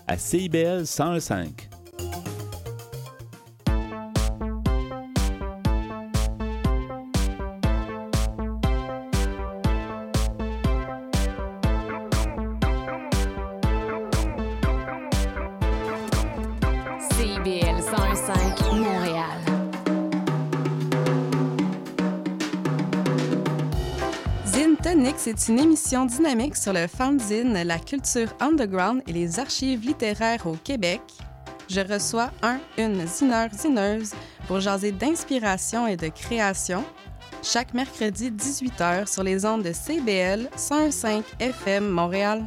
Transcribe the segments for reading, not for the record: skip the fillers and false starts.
à CIBL 101.5. CIBL 101.5 Montréal. Zine Tonic, c'est une émission dynamique sur le fanzine, la culture underground et les archives littéraires au Québec. Je reçois une zineuse pour jaser d'inspiration et de création chaque mercredi 18h sur les ondes de CIBL 101.5 FM Montréal.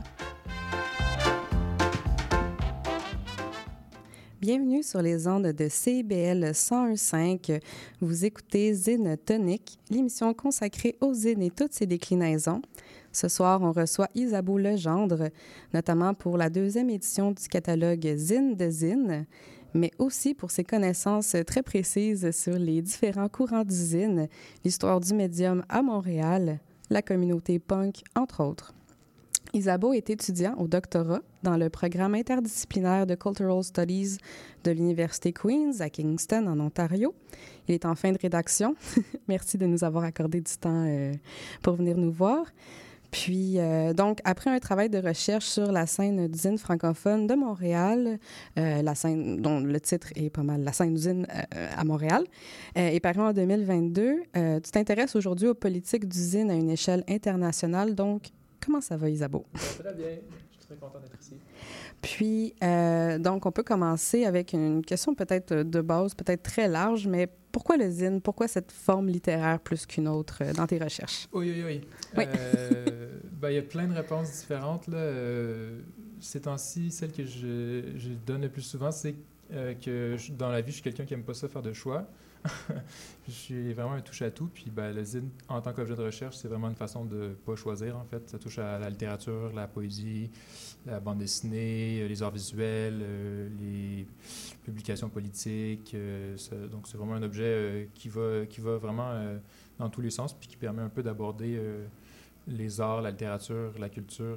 Bienvenue sur les ondes de CIBL 101.5. Vous écoutez Zine Tonic, l'émission consacrée aux zines et toutes ses déclinaisons. Ce soir, on reçoit Isabeau Legendre, notamment pour la 2e édition du catalogue Zine de Zine, mais aussi pour ses connaissances très précises sur les différents courants du zine, l'histoire du médium à Montréal, la communauté punk, entre autres. Isabeau est étudiant au doctorat dans le programme interdisciplinaire de Cultural Studies de l'Université Queen's à Kingston, en Ontario. Il est en fin de rédaction. Merci de nous avoir accordé du temps pour venir nous voir. Puis, donc, après un travail de recherche sur la scène du zine francophone de Montréal, la scène dont le titre est pas mal « La scène du zine à Montréal », est paru en 2022. Tu t'intéresses aujourd'hui aux politiques du zine à une échelle internationale, donc comment ça va, Isabeau? Très bien. Je suis très content d'être ici. Puis, donc, on peut commencer avec une question peut-être de base, peut-être très large, mais pourquoi le zine? Pourquoi cette forme littéraire plus qu'une autre dans tes recherches? Oui. Oui. Il y a plein de réponses différentes, là. Ces temps-ci, celle que je donne le plus souvent, c'est que dans la vie, je suis quelqu'un qui n'aime pas ça faire de choix. Je suis vraiment un touche-à-tout, puis le zine, en tant qu'objet de recherche, c'est vraiment une façon de ne pas choisir, en fait. Ça touche à la littérature, la poésie, la bande dessinée, les arts visuels, les publications politiques. Donc, c'est vraiment un objet qui va vraiment dans tous les sens, puis qui permet un peu d'aborder les arts, la littérature, la culture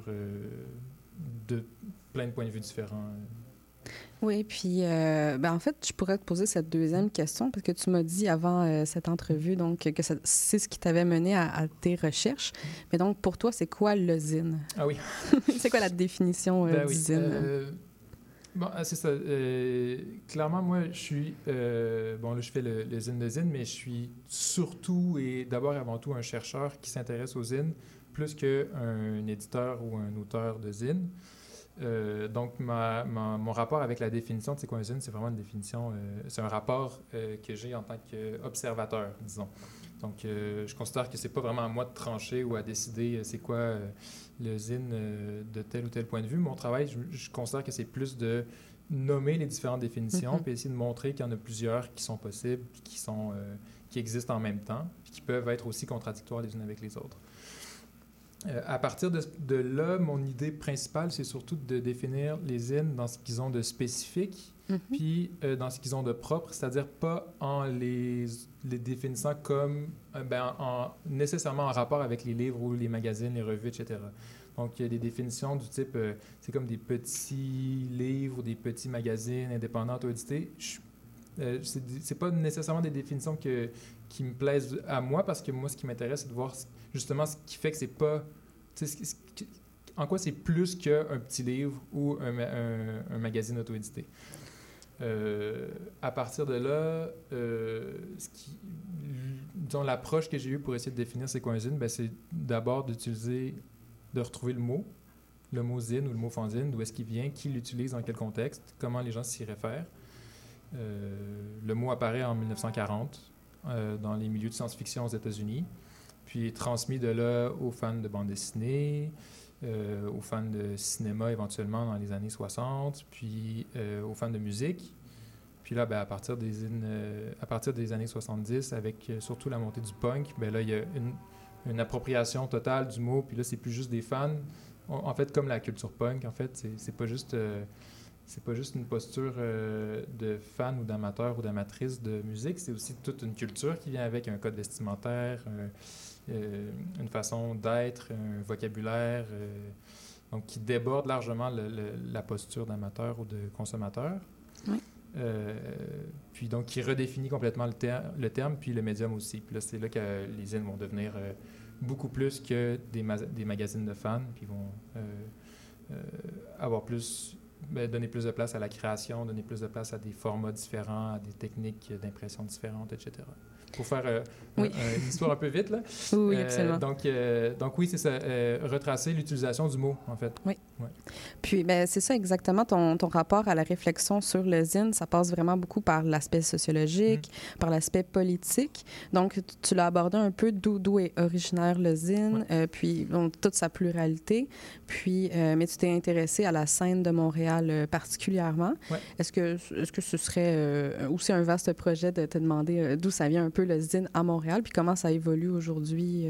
de plein de points de vue différents. Oui, puis en fait, je pourrais te poser cette deuxième question parce que tu m'as dit avant cette entrevue donc que c'est ce qui t'avait mené à tes recherches. Mais donc, pour toi, c'est quoi le zine? Ah oui. C'est quoi la définition du zine? C'est ça. Clairement, moi, je suis... là, je fais le zine de zine, mais je suis surtout et d'abord et avant tout un chercheur qui s'intéresse au zine plus qu'un éditeur ou un auteur de zine. Donc, mon rapport avec la définition de c'est quoi un zine, c'est vraiment une définition, c'est un rapport que j'ai en tant qu'observateur, disons. Donc, je considère que c'est pas vraiment à moi de trancher ou à décider c'est quoi le zine de tel ou tel point de vue. Mon travail, je considère que c'est plus de nommer les différentes définitions puis essayer de montrer qu'il y en a plusieurs qui sont possibles, qui existent en même temps, puis qui peuvent être aussi contradictoires les unes avec les autres. À partir de là, mon idée principale, c'est surtout de définir les zines dans ce qu'ils ont de spécifique, puis dans ce qu'ils ont de propre, c'est-à-dire pas en les définissant comme nécessairement en rapport avec les livres ou les magazines, les revues, etc. Donc, il y a des définitions du type, c'est comme des petits livres ou des petits magazines indépendants auto-édités. C'est pas nécessairement des définitions qui me plaisent à moi, parce que moi, ce qui m'intéresse, c'est de voir justement ce qui fait que c'est pas... En quoi c'est plus qu'un petit livre ou un magazine auto-édité. À partir de là, disons, l'approche que j'ai eue pour essayer de définir c'est quoi un zine, c'est d'abord de retrouver le mot zine ou le mot fanzine, d'où est-ce qu'il vient, qui l'utilise, dans quel contexte, comment les gens s'y réfèrent. Le mot apparaît en 1940 dans les milieux de science-fiction aux États-Unis, puis transmis de là aux fans de bande dessinée, aux fans de cinéma éventuellement dans les années 60, puis aux fans de musique. Puis là, à partir des années 70, avec surtout la montée du punk, là, il y a une appropriation totale du mot, puis là, c'est plus juste des fans. En fait, comme la culture punk, en fait, c'est pas juste une posture de fan ou d'amateur ou d'amatrice de musique, c'est aussi toute une culture qui vient avec un code vestimentaire, une façon d'être, un vocabulaire, donc qui déborde largement la posture d'amateur ou de consommateur. Oui. Puis donc qui redéfinit complètement le terme, puis le médium aussi. Puis là, c'est là que les zines vont devenir beaucoup plus que des magazines de fans, puis vont avoir donner plus de place à la création, donner plus de place à des formats différents, à des techniques d'impression différentes, etc. Pour faire une histoire un peu vite, là. Oui, absolument. Donc oui, c'est ça, retracer l'utilisation du mot, en fait. Oui. Ouais. Puis, c'est ça exactement, ton rapport à la réflexion sur le zine, ça passe vraiment beaucoup par l'aspect sociologique, par l'aspect politique. Donc, tu l'as abordé un peu d'où est originaire le zine, puis toute sa pluralité. Puis, mais tu t'es intéressé à la scène de Montréal particulièrement. Ouais. Est-ce que ce serait aussi un vaste projet de te demander d'où ça vient un peu le zine à Montréal, puis comment ça évolue aujourd'hui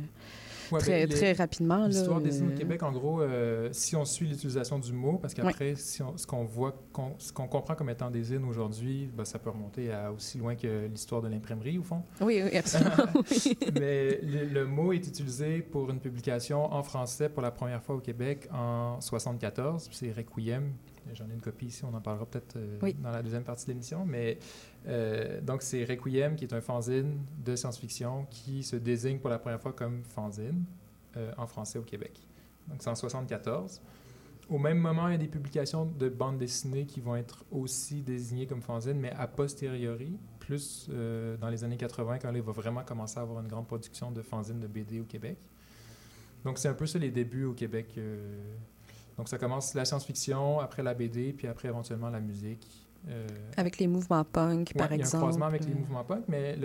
très rapidement? L'histoire des zines au Québec, en gros, si on suit l'utilisation du mot, parce qu'après, ce qu'on comprend comme étant des zines aujourd'hui, ça peut remonter à aussi loin que l'histoire de l'imprimerie, au fond. Oui, absolument. Mais le mot est utilisé pour une publication en français pour la première fois au Québec en 1974. C'est Requiem. J'en ai une copie ici, on en parlera peut-être dans la deuxième partie de l'émission. Mais donc, c'est Requiem, qui est un fanzine de science-fiction qui se désigne pour la première fois comme fanzine en français au Québec. Donc, c'est en 1974. Au même moment, il y a des publications de bandes dessinées qui vont être aussi désignées comme fanzine, mais a posteriori, plus dans les années 80, quand il va vraiment commencer à avoir une grande production de fanzines de BD au Québec. Donc, c'est un peu ça les débuts au Québec. Donc, ça commence la science-fiction, après la BD, puis après éventuellement la musique. Avec les mouvements punk, par exemple. Il y a un croisement avec les mouvements punk, mais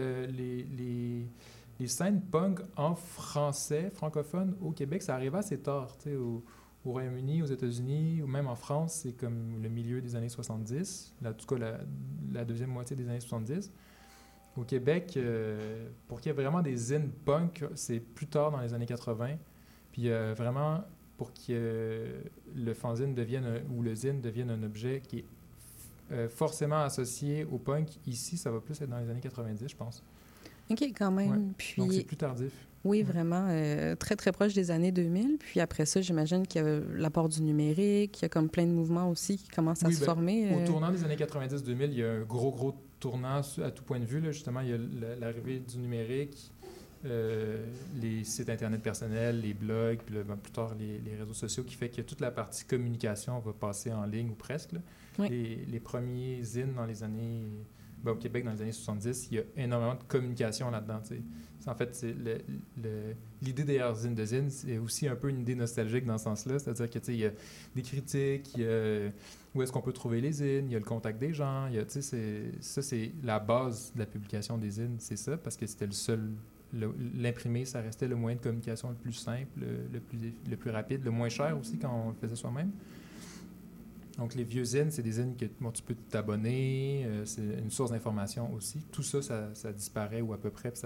les scènes punk en français, francophone, au Québec, ça arrive assez tard. Au Royaume-Uni, aux États-Unis, ou même en France, c'est comme le milieu des années 70, en tout cas la deuxième moitié des années 70. Au Québec, pour qu'il y ait vraiment des zines punk, c'est plus tard dans les années 80. Puis vraiment, pour que le fanzine ou le zine devienne un objet qui est forcément associé au punk, ici, ça va plus être dans les années 90, je pense. OK, quand même. Ouais. Puis, donc, c'est plus tardif. Oui, vraiment, très, très proche des années 2000. Puis après ça, j'imagine qu'il y a l'apport du numérique, il y a comme plein de mouvements aussi qui commencent à se former. Au tournant des années 90-2000, il y a un gros tournant à tout point de vue. Là. Justement, il y a l'arrivée du numérique, les sites Internet personnels, les blogs, puis plus tard les réseaux sociaux, qui fait que toute la partie communication va passer en ligne ou presque. Là. Oui. Les premiers zines dans les années... au Québec, dans les années 70, il y a énormément de communication là-dedans. T'sais. En fait, l'idée derrière Zine de Zine, c'est aussi un peu une idée nostalgique dans ce sens-là. C'est-à-dire qu'il y a des critiques, où est-ce qu'on peut trouver les zines, il y a le contact des gens. Ça, c'est la base de la publication des zines, c'est ça, parce que c'était le seul... L'imprimer, ça restait le moyen de communication le plus simple, le plus rapide, le moins cher aussi quand on le faisait soi-même. Donc, les vieux zines, c'est des zines que tu peux t'abonner, c'est une source d'information aussi. Tout ça, ça disparaît ou à peu près, puis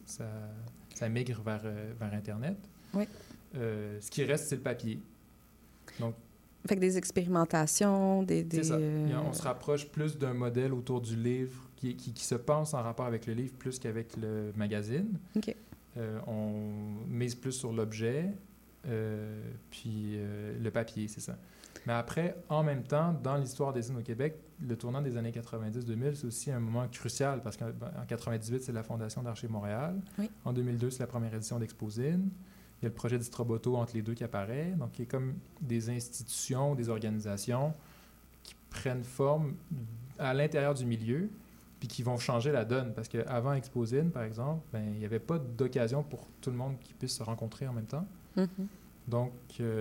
ça migre vers Internet. Oui. Ce qui reste, c'est le papier. Donc, fait que des expérimentations, c'est ça. On se rapproche plus d'un modèle autour du livre qui se pense en rapport avec le livre plus qu'avec le magazine. OK. On mise plus sur l'objet, puis le papier, c'est ça. Mais après, en même temps, dans l'histoire des zines au Québec, le tournant des années 90-2000, c'est aussi un moment crucial parce qu'en 98, c'est la fondation d'Archives Montréal. Oui. En 2002, c'est la première édition d'Exposine. Il y a le projet d'Istroboto entre les deux qui apparaît. Donc, il y a comme des institutions, des organisations qui prennent forme à l'intérieur du milieu puis qui vont changer la donne. Parce qu'avant Exposine, par exemple, il n'y avait pas d'occasion pour tout le monde qui puisse se rencontrer en même temps. Mm-hmm. Donc,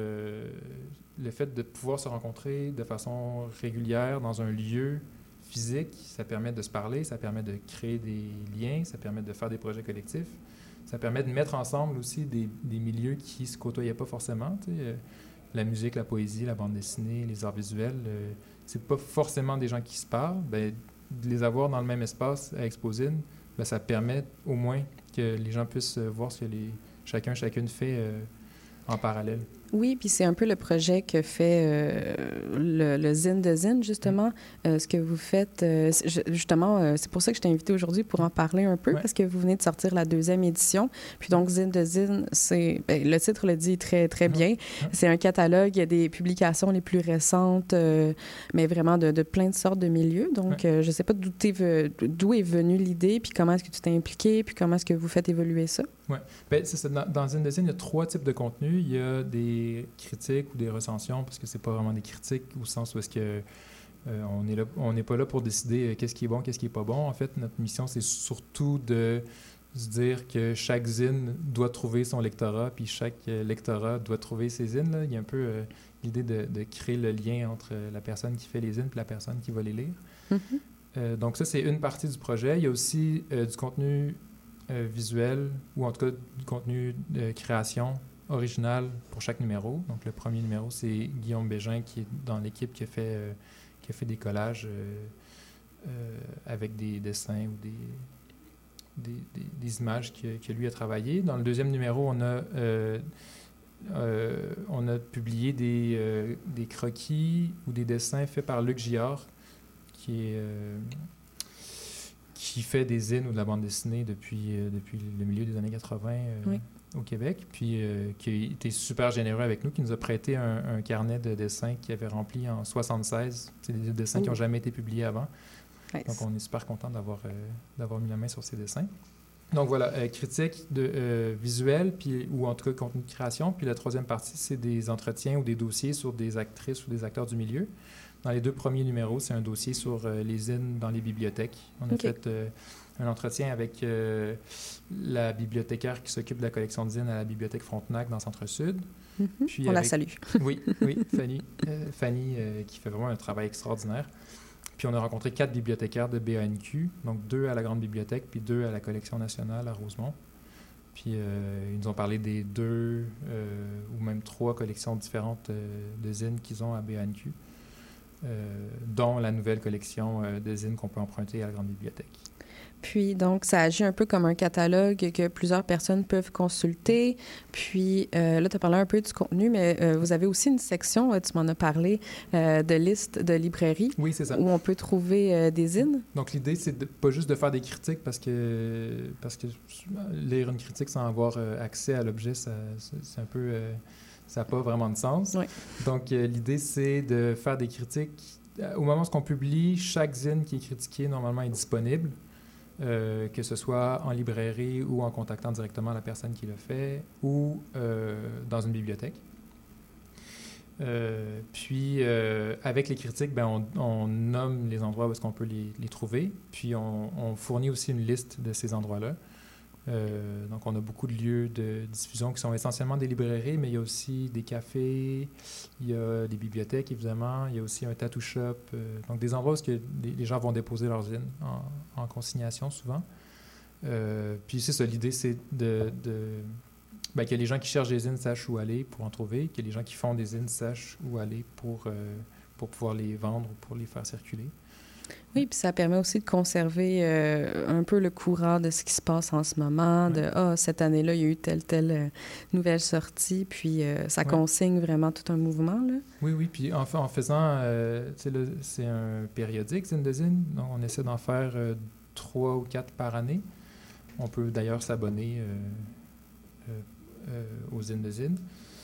le fait de pouvoir se rencontrer de façon régulière dans un lieu physique, ça permet de se parler, ça permet de créer des liens, ça permet de faire des projets collectifs, ça permet de mettre ensemble aussi des milieux qui ne se côtoyaient pas forcément. La musique, la poésie, la bande dessinée, les arts visuels, c'est pas forcément des gens qui se parlent. De les avoir dans le même espace à Exposine, ça permet au moins que les gens puissent voir ce que chacune fait en parallèle. Oui, puis c'est un peu le projet que fait le Zine de Zine, justement. Ce que vous faites, justement, c'est pour ça que je t'ai invité aujourd'hui pour en parler un peu, parce que vous venez de sortir la 2e édition. Puis donc, Zine de Zine, c'est, le titre le dit très, très bien. C'est un catalogue, il y a des publications les plus récentes, mais vraiment de plein de sortes de milieux. Donc, je ne sais pas d'où est venue l'idée, puis comment est-ce que tu t'es impliqué, puis comment est-ce que vous faites évoluer ça? Oui, bien, c'est ça. Dans Zine de Zine, il y a 3 types de contenus. Il y a des critiques ou des recensions, parce que c'est pas vraiment des critiques au sens où est-ce que on n'est pas là pour décider qu'est-ce qui est bon, qu'est-ce qui est pas bon. En fait, notre mission, c'est surtout de se dire que chaque zine doit trouver son lectorat, puis chaque lectorat doit trouver ses zines. Là. Il y a un peu l'idée de créer le lien entre la personne qui fait les zines et la personne qui va les lire. Mm-hmm. Donc ça, c'est une partie du projet. Il y a aussi du contenu visuel, ou en tout cas du contenu de création original pour chaque numéro. Donc le premier numéro, c'est Guillaume Bégin qui est dans l'équipe qui a fait des collages avec des dessins ou des images que lui a travaillé. Dans le deuxième numéro, on a publié des croquis ou des dessins faits par Luc Giard, qui fait des zines ou de la bande dessinée depuis le milieu des années 80 au Québec, puis qui a été super généreux avec nous, qui nous a prêté un carnet de dessins qu'il avait rempli en 1976. C'est des dessins qui n'ont jamais été publiés avant. Nice. Donc, on est super content d'avoir mis la main sur ces dessins. Donc, voilà, critique visuelle, ou en tout cas contenu de création. Puis la troisième partie, c'est des entretiens ou des dossiers sur des actrices ou des acteurs du milieu. Dans les 2 premiers numéros, c'est un dossier sur les zines dans les bibliothèques. On a fait un entretien avec la bibliothécaire qui s'occupe de la collection de zines à la bibliothèque Frontenac dans Centre-Sud. Mm-hmm. Puis la salue. Oui, Fanny qui fait vraiment un travail extraordinaire. Puis on a rencontré 4 bibliothécaires de BANQ, donc 2 à la Grande Bibliothèque, puis 2 à la Collection nationale à Rosemont. Puis ils nous ont parlé des 2 ou même 3 collections différentes de zines qu'ils ont à BANQ. Dont la nouvelle collection de zines qu'on peut emprunter à la Grande Bibliothèque. Puis, donc, ça agit un peu comme un catalogue que plusieurs personnes peuvent consulter. Puis, là, tu as parlé un peu du contenu, mais vous avez aussi une section, tu m'en as parlé, de listes de librairies. Oui, c'est ça. Où on peut trouver des zines. Donc, l'idée, c'est pas juste de faire des critiques parce que lire une critique sans avoir accès à l'objet, c'est un peu... ça n'a pas vraiment de sens. Oui. Donc, l'idée, c'est de faire des critiques. Au moment où on publie, chaque zine qui est critiquée, normalement, est disponible, que ce soit en librairie ou en contactant directement la personne qui le fait, ou dans une bibliothèque. Puis, avec les critiques, on nomme les endroits où est-ce qu'on peut les trouver, puis on fournit aussi une liste de ces endroits-là. Donc, on a beaucoup de lieux de diffusion qui sont essentiellement des librairies, mais il y a aussi des cafés, il y a des bibliothèques, évidemment, il y a aussi un tattoo shop. Donc, des endroits où les gens vont déposer leurs zines en consignation, souvent. Puis, c'est ça, l'idée, c'est que les gens qui cherchent des zines sachent où aller pour en trouver, que les gens qui font des zines sachent où aller pour pouvoir les vendre ou pour les faire circuler. Oui, puis ça permet aussi de conserver un peu le courant de ce qui se passe en ce moment, cette année-là, il y a eu telle nouvelle sortie, puis ça consigne vraiment tout un mouvement, là. Oui, puis en faisant, c'est un périodique, Zine de Zine, donc on essaie d'en faire 3 ou 4 par année. On peut d'ailleurs s'abonner aux Zine de Zine.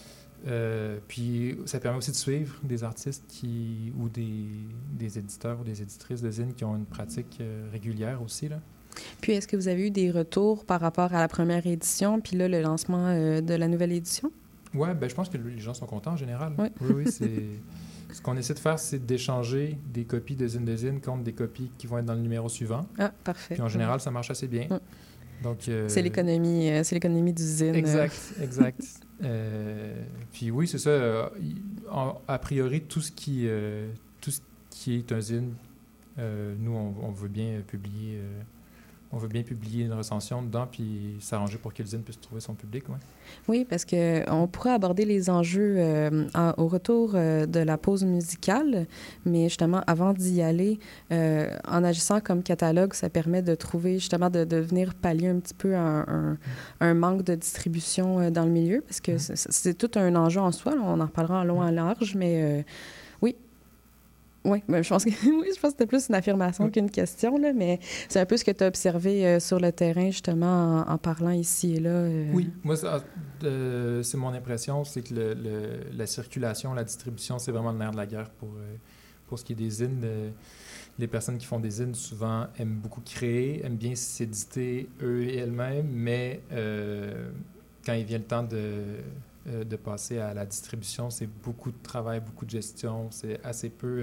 Puis ça permet aussi de suivre des artistes ou des éditeurs ou des éditrices de zines qui ont une pratique régulière aussi, là. Puis est-ce que vous avez eu des retours par rapport à la première édition, puis là, le lancement de la nouvelle édition? Oui, je pense que les gens sont contents en général. Oui. Oui, ce qu'on essaie de faire, c'est d'échanger des copies de zine contre des copies qui vont être dans le numéro suivant. Ah, parfait. Puis en général, ça marche assez bien. Donc, c'est l'économie du zine. Exact. Puis oui, c'est ça. A priori, tout ce qui est un zine, nous, on veut bien publier on veut bien publier une recension dedans puis s'arranger pour que l'usine puisse trouver son public. Ouais. Oui, parce qu'on pourrait aborder les enjeux au retour de la pause musicale, mais justement, avant d'y aller, en agissant comme catalogue, ça permet de trouver, justement, de venir pallier un petit peu un manque de distribution dans le milieu, parce que c'est tout un enjeu en soi. Là, on en reparlera en long et en large, mais oui. Oui, je pense que c'était plus une affirmation qu'une question, là, mais c'est un peu ce que tu as observé sur le terrain, justement, en parlant ici et là. Oui, moi, c'est mon impression, c'est que la circulation, la distribution, c'est vraiment le nerf de la guerre pour ce qui est des zines. Les personnes qui font des zines, souvent, aiment beaucoup créer, aiment bien s'éditer eux et elles-mêmes, mais quand il vient le temps de passer à la distribution, c'est beaucoup de travail, beaucoup de gestion, c'est assez peu...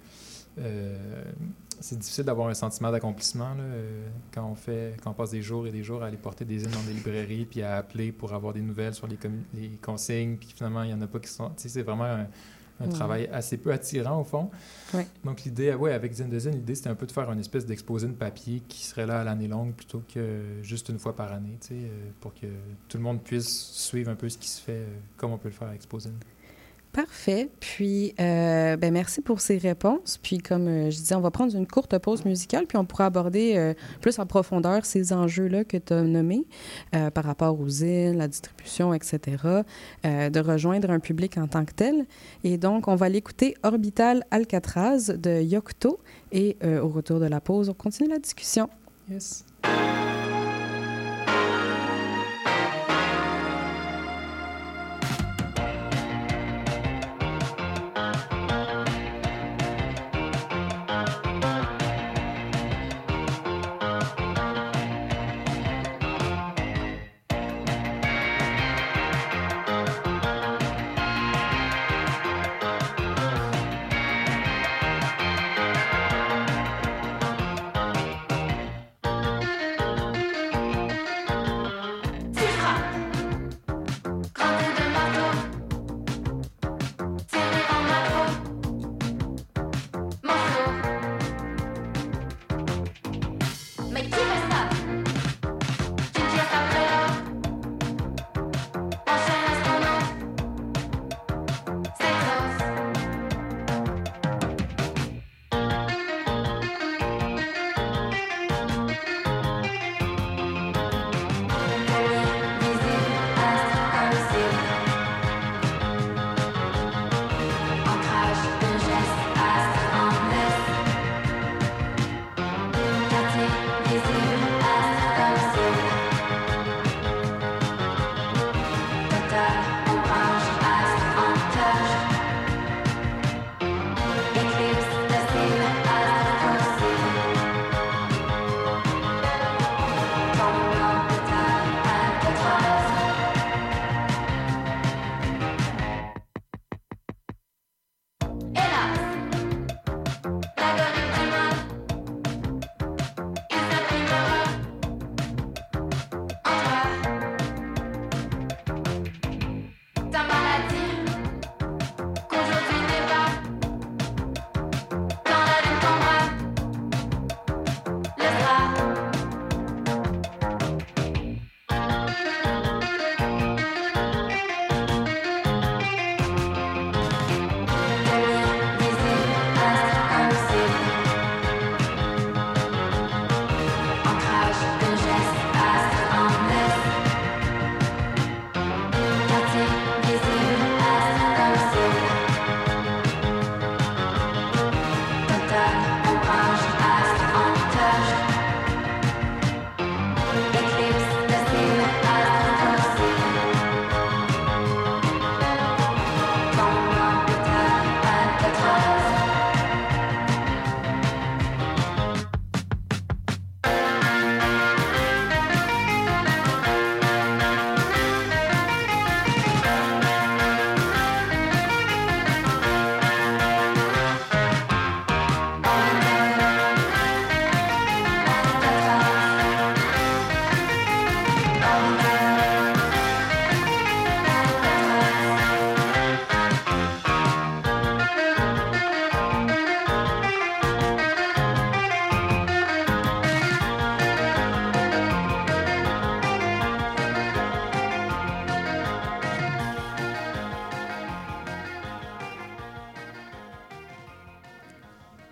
c'est difficile d'avoir un sentiment d'accomplissement là, quand on passe des jours et des jours à aller porter des zines dans des librairies puis à appeler pour avoir des nouvelles sur les consignes, puis finalement, il n'y en a pas qui sont... Tu sais, c'est vraiment un travail assez peu attirant, au fond. Ouais. Donc, l'idée, avec Zine de Zine, l'idée, c'était un peu de faire une espèce d'exposé de papier qui serait là à l'année longue plutôt que juste une fois par année, tu sais, pour que tout le monde puisse suivre un peu ce qui se fait comme on peut le faire avec Exposine. Parfait. Puis, merci pour ces réponses. Puis, comme je disais, on va prendre une courte pause musicale, puis on pourra aborder plus en profondeur ces enjeux-là que tu as nommés par rapport aux îles, la distribution, etc., de rejoindre un public en tant que tel. Et donc, on va l'écouter Orbital Alcatraz de Yocto. Et au retour de la pause, on continue la discussion. Yes.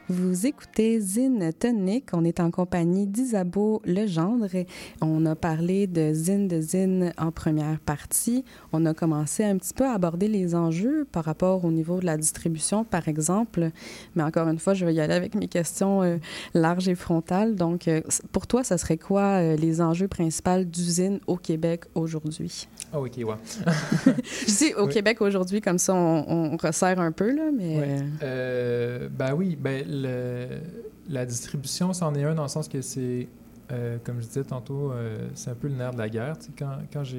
Vous écoutez Zine Tonic. On est en compagnie d'Isabeau Legendre. On a parlé de Zine en première partie. On a commencé un petit peu à aborder les enjeux par rapport au niveau de la distribution, par exemple. Mais encore une fois, je vais y aller avec mes questions larges et frontales. Donc, pour toi, ça serait quoi les enjeux principaux d'usine au Québec aujourd'hui? Ah, OK, ouais. Je dis au Québec aujourd'hui, comme ça, on resserre un peu, là, mais... Oui, la distribution, c'en est un dans le sens que c'est, comme je disais tantôt, c'est un peu le nerf de la guerre. Tu sais,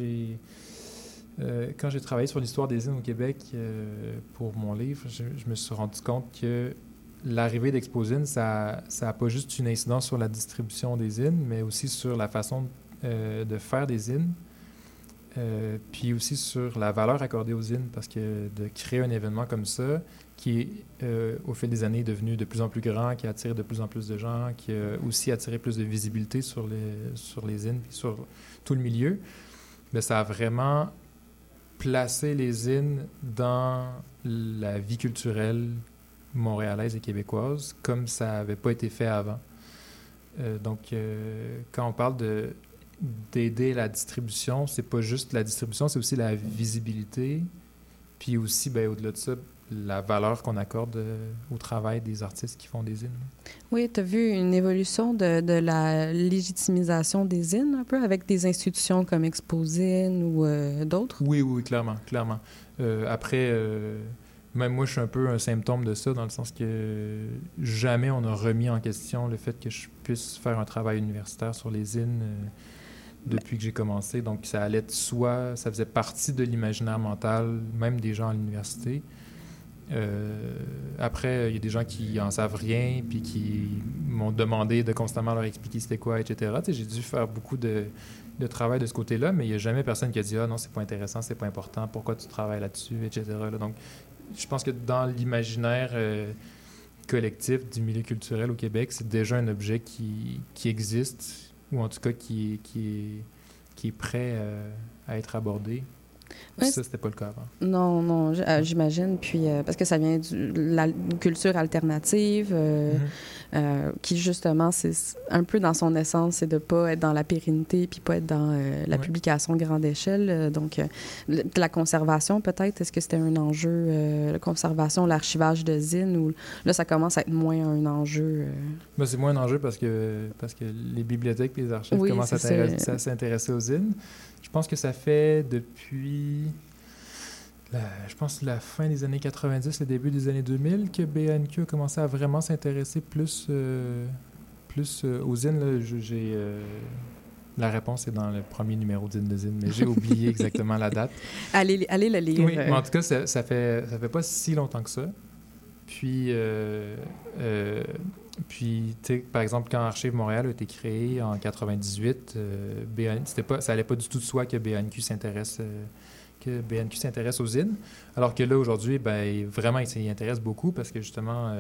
quand j'ai travaillé sur l'histoire des usines au Québec pour mon livre, je me suis rendu compte que l'arrivée d'Exposine, ça n'a pas juste une incidence sur la distribution des usines, mais aussi sur la façon de faire des usines. Puis aussi sur la valeur accordée aux usines, parce que de créer un événement comme ça, qui est, au fil des années, devenu de plus en plus grand, qui attire de plus en plus de gens, qui a aussi attiré plus de visibilité sur les usines, puis sur tout le milieu, mais ça a vraiment placé les usines dans la vie culturelle montréalaise et québécoise, comme ça n'avait pas été fait avant. Quand on parle d'aider la distribution, c'est pas juste la distribution, c'est aussi la visibilité, puis aussi, au-delà de ça, la valeur qu'on accorde au travail des artistes qui font des hymnes. Oui, tu as vu une évolution de la légitimisation des hymnes un peu avec des institutions comme Exposine ou d'autres? Oui, clairement. Après, même moi, je suis un peu un symptôme de ça, dans le sens que jamais on a remis en question le fait que je puisse faire un travail universitaire sur les hymnes depuis que j'ai commencé. Donc, ça allait de soi, ça faisait partie de l'imaginaire mental, même des gens à l'université. Après, il y a des gens qui en savent rien, puis qui m'ont demandé de constamment leur expliquer c'était quoi, etc. Tu sais, j'ai dû faire beaucoup de travail de ce côté-là, mais il n'y a jamais personne qui a dit « Ah non, c'est pas intéressant, c'est pas important, pourquoi tu travailles là-dessus, etc. » Donc, je pense que dans l'imaginaire collectif du milieu culturel au Québec, c'est déjà un objet qui existe, ou en tout cas qui est prêt à être abordé. Ouais, ça, c'était pas le cas avant. Non, j'imagine. Puis, parce que ça vient de la culture alternative, qui, justement, c'est un peu dans son essence, c'est de ne pas être dans la pérennité puis pas être dans la publication grande échelle. Donc, la conservation, peut-être, est-ce que c'était un enjeu, la conservation, l'archivage de zines, ou là, ça commence à être moins un enjeu? C'est moins un enjeu parce que les bibliothèques et les archives commencent à s'intéresser aux zines. Je pense que ça fait depuis, la fin des années 90, le début des années 2000, que BANQ a commencé à vraiment s'intéresser plus aux zines. Là, la réponse est dans le premier numéro d'Zine de Zine, mais j'ai oublié exactement la date. Allez le lire. Oui, mais en tout cas, ça fait pas si longtemps que ça. Puis, tu sais, par exemple, quand Archives Montréal a été créé en 98, ça allait pas du tout de soi que BANQ s'intéresse aux zines, alors que là, aujourd'hui, vraiment, il s'y intéresse beaucoup parce que, justement,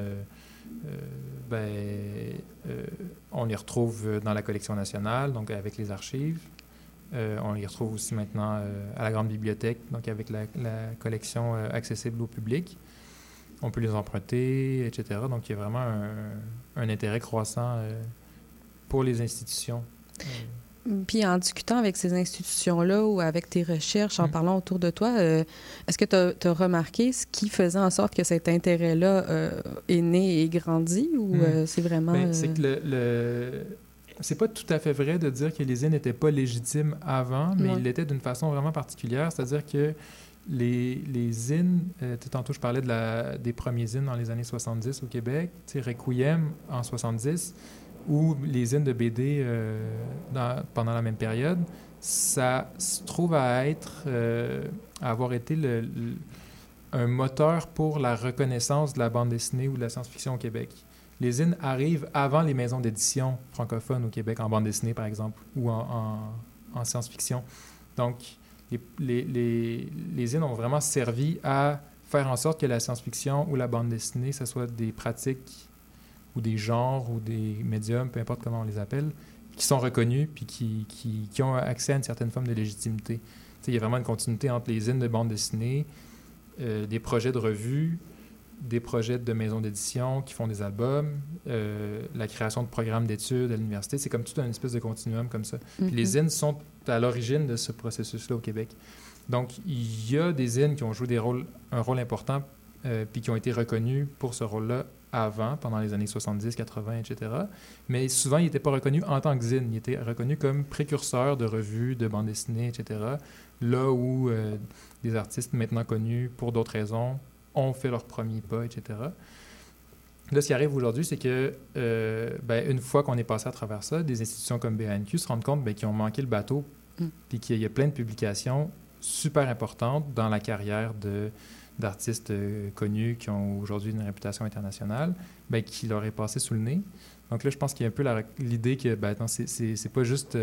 on les retrouve dans la collection nationale, donc avec les archives. On les retrouve aussi maintenant à la Grande Bibliothèque, donc avec la collection accessible au public. On peut les emprunter, etc. Donc, il y a vraiment un intérêt croissant pour les institutions. Puis, en discutant avec ces institutions-là ou avec tes recherches, en parlant autour de toi, est-ce que tu as remarqué ce qui faisait en sorte que cet intérêt-là est né et grandi, ou c'est vraiment... C'est que c'est pas tout à fait vrai de dire que les zines n'étaient pas légitimes avant, mais ils l'étaient d'une façon vraiment particulière, c'est-à-dire que les zines, tantôt je parlais des premiers zines dans les années 70 au Québec, Requiem en 70, ou les zines de BD pendant la même période, ça se trouve à avoir été un moteur pour la reconnaissance de la bande dessinée ou de la science-fiction au Québec. Les zines arrivent avant les maisons d'édition francophones au Québec, en bande dessinée par exemple, ou en science-fiction. Donc, les zines ont vraiment servi à faire en sorte que la science-fiction ou la bande dessinée, ce soit des pratiques ou des genres ou des médiums, peu importe comment on les appelle, qui sont reconnus puis qui ont accès à une certaine forme de légitimité. Il y a vraiment une continuité entre les zines de bande dessinée, des projets de revue, des projets de maisons d'édition qui font des albums, la création de programmes d'études à l'université. C'est comme tout un espèce de continuum comme ça. Puis les zines sont à l'origine de ce processus-là au Québec. Donc, il y a des zines qui ont joué un rôle important puis qui ont été reconnus pour ce rôle-là avant, pendant les années 70, 80, etc. Mais souvent, ils n'étaient pas reconnus en tant que zines. Ils étaient reconnus comme précurseurs de revues, de bandes dessinées, etc. Là où des artistes maintenant connus pour d'autres raisons ont fait leur premier pas, etc. Là, ce qui arrive aujourd'hui, c'est que une fois qu'on est passé à travers ça, des institutions comme BANQ se rendent compte qu'ils ont manqué le bateau puis qu'il y a plein de publications super importantes dans la carrière d'artistes connus qui ont aujourd'hui une réputation internationale, qui leur est passé sous le nez. Donc là, je pense qu'il y a un peu l'idée que non, c'est pas juste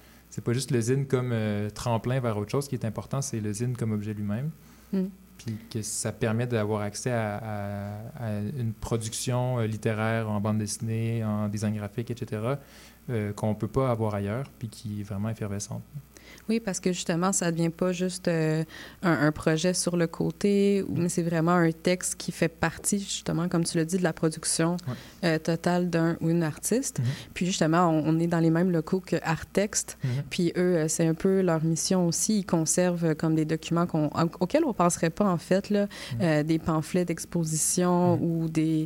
le zine comme tremplin vers autre chose qui est important, c'est le zine comme objet lui-même. Puis que ça permet d'avoir accès à une production littéraire en bande dessinée, en design graphique, etc., qu'on ne peut pas avoir ailleurs, puis qui est vraiment effervescente. Oui, parce que justement, ça ne devient pas juste un projet sur le côté, mais c'est vraiment un texte qui fait partie, justement, comme tu l'as dit, de la production totale d'un ou une artiste. Puis justement, on est dans les mêmes locaux que Artexte. Puis eux, c'est un peu leur mission aussi. Ils conservent comme des documents auxquels on ne penserait pas, en fait, là, des pamphlets d'exposition ou des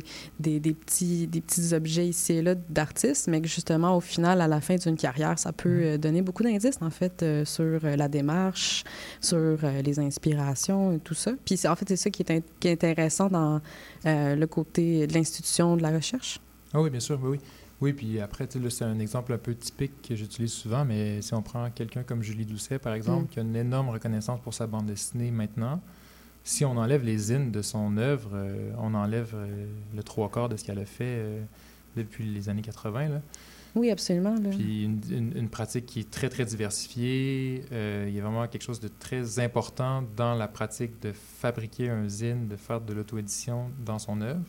petits objets ici et là d'artistes, mais que justement, au final, à la fin d'une carrière, ça peut donner beaucoup d'indices, en fait, sur la démarche, sur les inspirations et tout ça. Puis en fait, c'est ça qui est intéressant dans le côté de l'institution de la recherche. Ah oui, bien sûr, oui. Oui, puis après, là, c'est un exemple un peu typique que j'utilise souvent, mais si on prend quelqu'un comme Julie Doucet, par exemple, qui a une énorme reconnaissance pour sa bande dessinée maintenant, si on enlève les zines de son œuvre, on enlève le 3/4 de ce qu'elle a fait depuis les années 80, là. Oui, absolument. Là. Puis une pratique qui est très, très diversifiée. Il y a vraiment quelque chose de très important dans la pratique de fabriquer un zine, de faire de l'auto-édition dans son œuvre.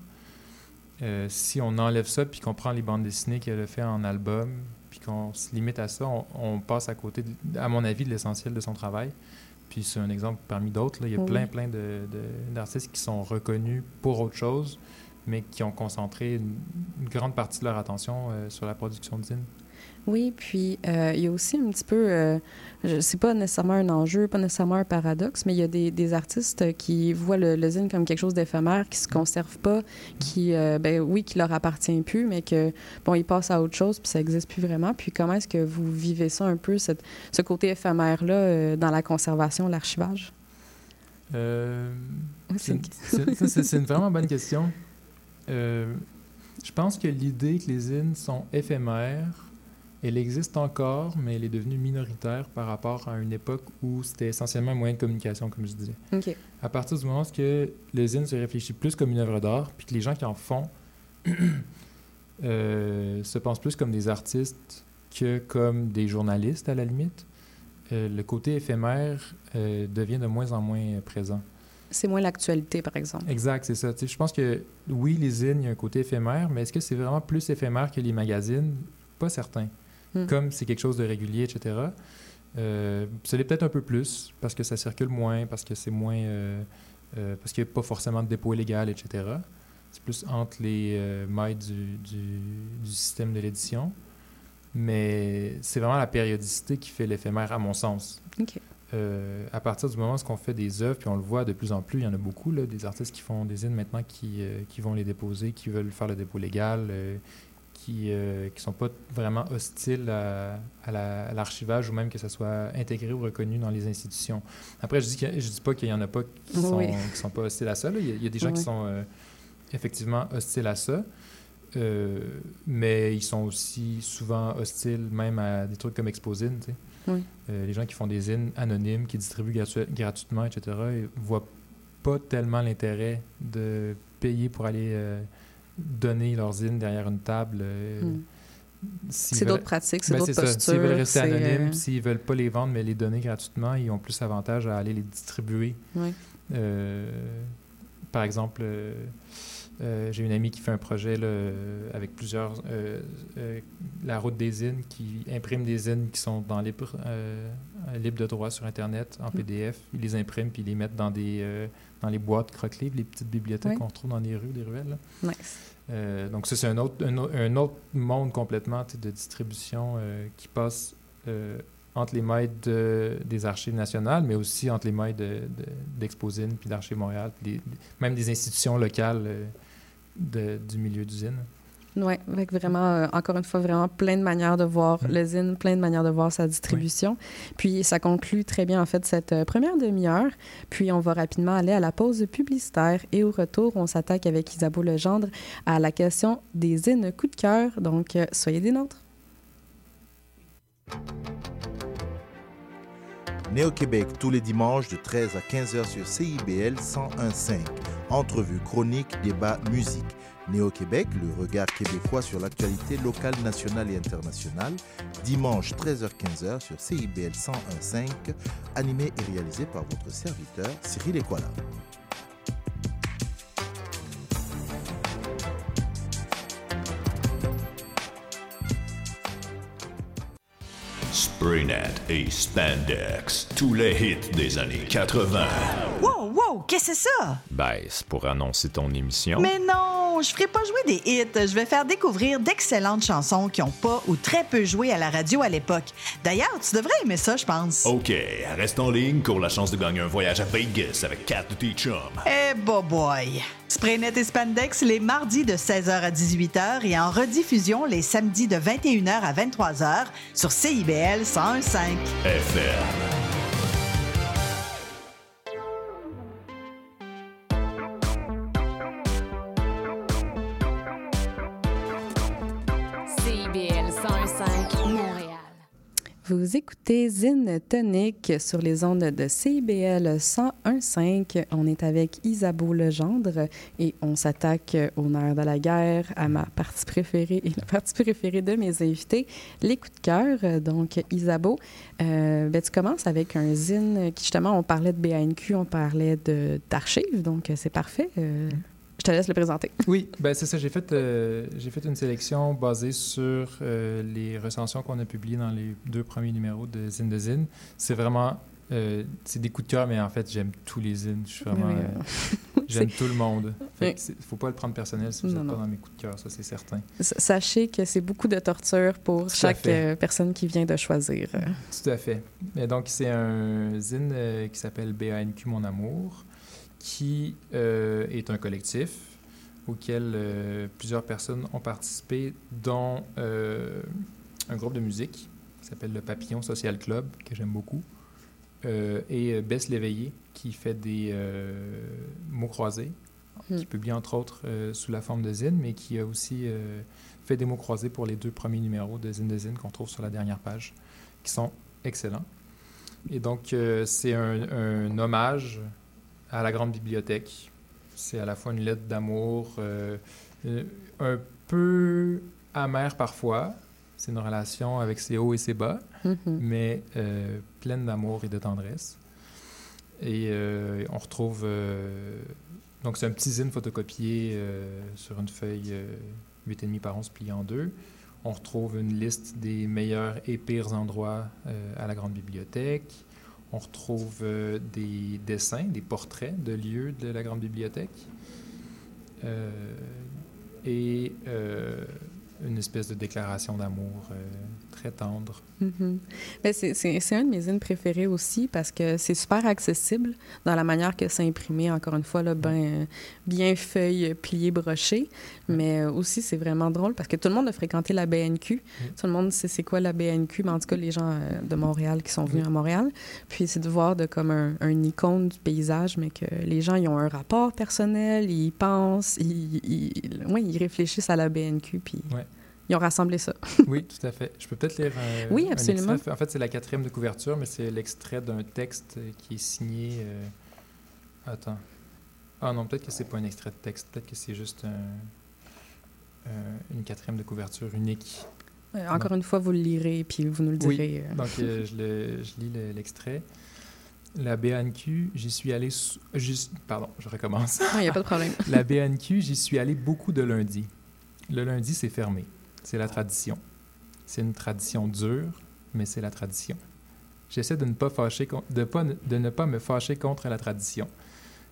Si on enlève ça, puis qu'on prend les bandes dessinées qu'elle a fait en album, puis qu'on se limite à ça, on passe à côté, à mon avis, de l'essentiel de son travail. Puis c'est un exemple parmi d'autres. Là. Il y a plein d'artistes qui sont reconnus pour autre chose, mais qui ont concentré une grande partie de leur attention sur la production de zine. Oui, puis il y a aussi un petit peu, c'est pas nécessairement un enjeu, pas nécessairement un paradoxe, mais il y a des artistes qui voient le zine comme quelque chose d'éphémère, qui se conserve pas, qui leur appartient plus, mais que, ils passent à autre chose, puis ça existe plus vraiment. Puis comment est-ce que vous vivez ça un peu, ce côté éphémère-là, dans la conservation, l'archivage? C'est une vraiment bonne question. Je pense que l'idée que les zines sont éphémères, elle existe encore, mais elle est devenue minoritaire par rapport à une époque où c'était essentiellement un moyen de communication, comme je disais. Okay. À partir du moment où le zine se réfléchit plus comme une œuvre d'art, puis que les gens qui en font se pensent plus comme des artistes que comme des journalistes, à la limite, le côté éphémère devient de moins en moins présent. C'est moins l'actualité, par exemple. Exact, c'est ça. Je pense que, oui, les zines, il y a un côté éphémère, mais est-ce que c'est vraiment plus éphémère que les magazines? Pas certain. Comme c'est quelque chose de régulier, etc. Ça l'est peut-être un peu plus, parce que ça circule moins, parce que c'est moins... parce qu'il n'y a pas forcément de dépôt illégal, etc. C'est plus entre les mailles du système de l'édition. Mais c'est vraiment la périodicité qui fait l'éphémère, à mon sens. OK. À partir du moment où on fait des œuvres, puis on le voit de plus en plus, il y en a beaucoup, là, des artistes qui font des zines maintenant qui vont les déposer, qui veulent faire le dépôt légal, qui sont pas vraiment hostiles à l'archivage ou même que ça soit intégré ou reconnu dans les institutions. Après, je dis pas qu'il y en a pas qui sont pas hostiles à ça. Là. Il y a des gens qui sont effectivement hostiles à ça, mais ils sont aussi souvent hostiles même à des trucs comme Exposine, tu sais. Oui. Les gens qui font des zines anonymes, qui distribuent gratuitement, etc., ils voient pas tellement l'intérêt de payer pour aller donner leurs zines derrière une table. C'est d'autres pratiques, c'est d'autres postures. S'ils veulent rester anonymes, s'ils veulent pas les vendre, mais les donner gratuitement, ils ont plus avantage à aller les distribuer. Oui. Par exemple... j'ai une amie qui fait un projet là, avec plusieurs... la route des zines, qui imprime des zines qui sont dans libre de droit sur Internet, en PDF. Ils les impriment puis ils les mettent dans dans les boîtes croque-livres, les petites bibliothèques Oui. qu'on retrouve dans les rues, des ruelles. Là. Nice. Donc ça, c'est un autre monde complètement de distribution qui passe entre les mailles des Archives nationales, mais aussi entre les mailles d'Exposine puis d'Archives Montréal, puis même des institutions locales du milieu d'usine. Oui, avec vraiment, encore une fois, vraiment plein de manières de voir le zine, plein de manières de voir sa distribution. Oui. Puis ça conclut très bien, en fait, cette première demi-heure. Puis on va rapidement aller à la pause publicitaire. Et au retour, on s'attaque avec Isabeau Legendre à la question des zines coup de cœur. Donc, soyez des nôtres. Néo-Québec, tous les dimanches de 13 à 15h sur CIBL 101.5. Entrevues, chroniques, débats, musique. Néo-Québec, le regard québécois sur l'actualité locale, nationale et internationale. Dimanche 13h-15h sur CIBL 101.5. Animé et réalisé par votre serviteur Cyril Ekwala. Spraynet et Spandex, tous les hits des années 80. Wow, wow, qu'est-ce que c'est ça? Ben, c'est pour annoncer ton émission. Mais non, je ferai pas jouer des hits. Je vais faire découvrir d'excellentes chansons qui ont pas ou très peu joué à la radio à l'époque. D'ailleurs, tu devrais aimer ça, je pense. OK, reste en ligne, cours la chance de gagner un voyage à Vegas avec 4 de tes chums. Eh, boy! Spraynet et Spandex les mardis de 16h à 18h et en rediffusion les samedis de 21h à 23h sur CIBL 101.5 FM. CIBL 101.5 Montréal. Vous écoutez Zine Tonic sur les ondes de CIBL 101.5. On est avec Isabeau Legendre et on s'attaque au nerf de la guerre, à ma partie préférée et la partie préférée de mes invités, les coups de cœur. Donc, Isabeau, tu commences avec un zine qui, justement, on parlait de BANQ, on parlait d'archives, donc c'est parfait. Je te laisse le présenter. Oui, ben c'est ça. J'ai fait une sélection basée sur les recensions qu'on a publiées dans les 2 premiers numéros de Zine de Zine. C'est vraiment... c'est des coups de cœur, mais en fait, j'aime tous les zines. Je suis vraiment... j'aime tout le monde. Fait que faut pas le prendre personnel si vous n'êtes pas dans mes coups de cœur, ça, c'est certain. Sachez que c'est beaucoup de torture pour chaque personne qui vient de choisir. Tout à fait. Et donc, c'est un zine qui s'appelle BANQ Mon Amour, qui est un collectif auquel plusieurs personnes ont participé, dont un groupe de musique qui s'appelle le Papillon Social Club, que j'aime beaucoup, et Bess Léveillé, qui fait des mots croisés, qui publie entre autres sous la forme de zine, mais qui a aussi fait des mots croisés pour les 2 premiers numéros de Zine qu'on trouve sur la dernière page, qui sont excellents. Et donc, c'est un hommage à la Grande Bibliothèque. C'est à la fois une lettre d'amour, un peu amère parfois. C'est une relation avec ses hauts et ses bas, mais pleine d'amour et de tendresse. Et on retrouve... donc, c'est un petit zine photocopié sur une feuille 8,5 par 11 pliée en 2. On retrouve une liste des meilleurs et pires endroits à la Grande Bibliothèque. On retrouve des dessins, des portraits de lieux de la Grande Bibliothèque et une espèce de déclaration d'amour très tendre. Ben, c'est un de mes zines préférés aussi parce que c'est super accessible dans la manière que c'est imprimé, encore une fois, là, bien feuille pliée, brochée, mais aussi c'est vraiment drôle parce que tout le monde a fréquenté la BNQ. Tout le monde sait c'est quoi la BNQ, mais en tout cas les gens de Montréal qui sont venus à Montréal. Puis c'est de voir comme un icône du paysage, mais que les gens ils ont un rapport personnel, ils pensent, ils réfléchissent à la BNQ, puis... Ils ont rassemblé ça. Oui, tout à fait. Je peux peut-être lire oui, absolument. un extrait. En fait, c'est la 4e de couverture, mais c'est l'extrait d'un texte qui est signé... Attends. Ah non, peut-être que c'est pas un extrait de texte. Peut-être que c'est juste une 4e de couverture unique. Encore une fois, vous le lirez, puis vous nous le direz. Oui, donc je lis l'extrait. La BANQ, j'y suis allé... Pardon, je recommence. Il n'y a pas de problème. La BANQ, j'y suis allé beaucoup de lundi. Le lundi, c'est fermé. C'est la tradition. C'est une tradition dure, mais c'est la tradition. J'essaie de ne pas me fâcher contre la tradition.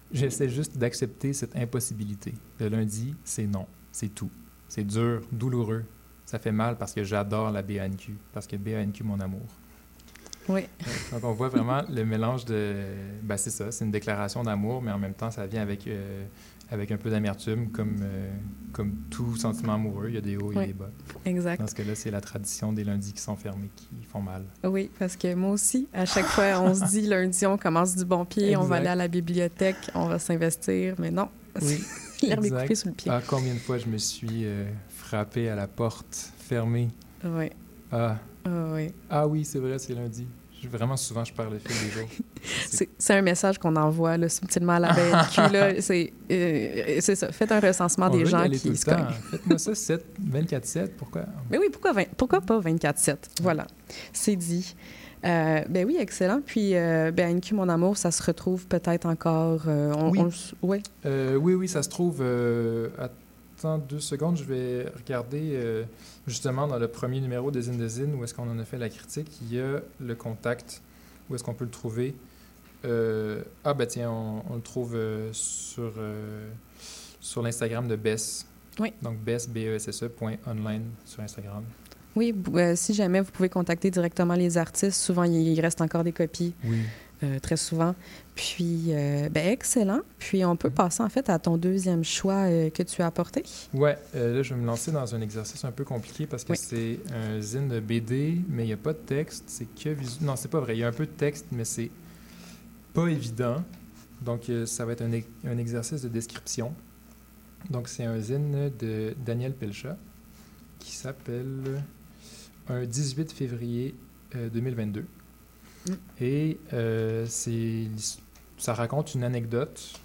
j'essaie juste d'accepter cette impossibilité. Le lundi, c'est non, c'est tout. C'est dur, douloureux. Ça fait mal parce que j'adore la BANQ, parce que BANQ, mon amour. Oui. Donc, on voit vraiment le mélange de... Ben, c'est ça, c'est une déclaration d'amour, mais en même temps, ça vient avec un peu d'amertume, comme tout sentiment amoureux. Il y a des hauts et des bas. Exact. Dans ce cas-là, c'est la tradition des lundis qui sont fermés qui font mal. Oui, parce que moi aussi, à chaque fois, on se dit lundi, on commence du bon pied, Exact. on va aller à la bibliothèque, on va s'investir, mais non, Oui, l'herbe est exact. coupée sous le pied. Ah, combien de fois je me suis frappé à la porte, fermée. Oui. Ah, Oui. ah oui, c'est vrai, c'est lundi. Vraiment, souvent, je perds le fil des jours. C'est un message qu'on envoie là, subtilement à la BNQ. Là. C'est ça. Faites un recensement des gens qui se cognent. Faites-moi ça 24/7. Pourquoi? Mais oui, pourquoi pas 24/7? Voilà, c'est dit. Ben oui, excellent. Puis, BNQ, mon amour, ça se retrouve peut-être encore... Oui, ça se trouve... Attends 2 secondes, je vais regarder justement dans le premier numéro des Zines de Zine où est-ce qu'on en a fait la critique. Il y a le contact. Où est-ce qu'on peut le trouver? Tiens, on le trouve sur l'Instagram de Bess. Oui. Donc, Bess, BESSE.online sur Instagram. Oui, si jamais vous pouvez contacter directement les artistes, souvent il reste encore des copies. Oui. Très souvent. Puis, excellent. Puis, on peut passer en fait à ton deuxième choix que tu as apporté. Oui, là, je vais me lancer dans un exercice un peu compliqué parce que c'est un zine de BD, mais il n'y a pas de texte. C'est que visuel. Non, c'est pas vrai. Il y a un peu de texte, mais c'est pas évident. Donc, ça va être un exercice de description. Donc, c'est un zine de Daniel Pelcha qui s'appelle Un 18 février 2022. Et ça raconte une anecdote.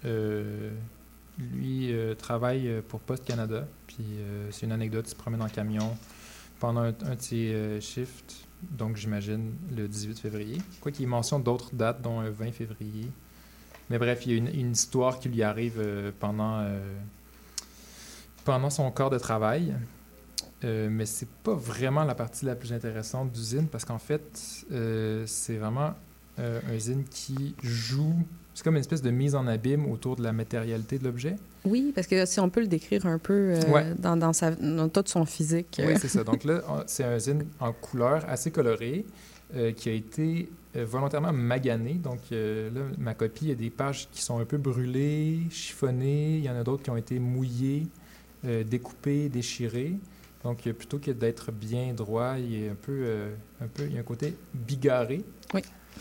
Lui travaille pour Post Canada, puis c'est une anecdote, il se promène en camion pendant un de ses shifts, donc j'imagine le 18 février. Quoi qu'il mentionne d'autres dates, dont le 20 février. Mais bref, il y a une histoire qui lui arrive pendant son corps de travail. Mais c'est pas vraiment la partie la plus intéressante du zine parce qu'en fait, c'est vraiment un zine qui joue... C'est comme une espèce de mise en abîme autour de la matérialité de l'objet. Oui, parce que si on peut le décrire un peu dans tout son physique. Oui, c'est ça. Donc là, c'est un zine en couleur assez coloré qui a été volontairement magané. Donc là, ma copie, il y a des pages qui sont un peu brûlées, chiffonnées. Il y en a d'autres qui ont été mouillées, découpées, déchirées. Donc, plutôt que d'être bien droit, il y a il y a un côté bigarré. Oui.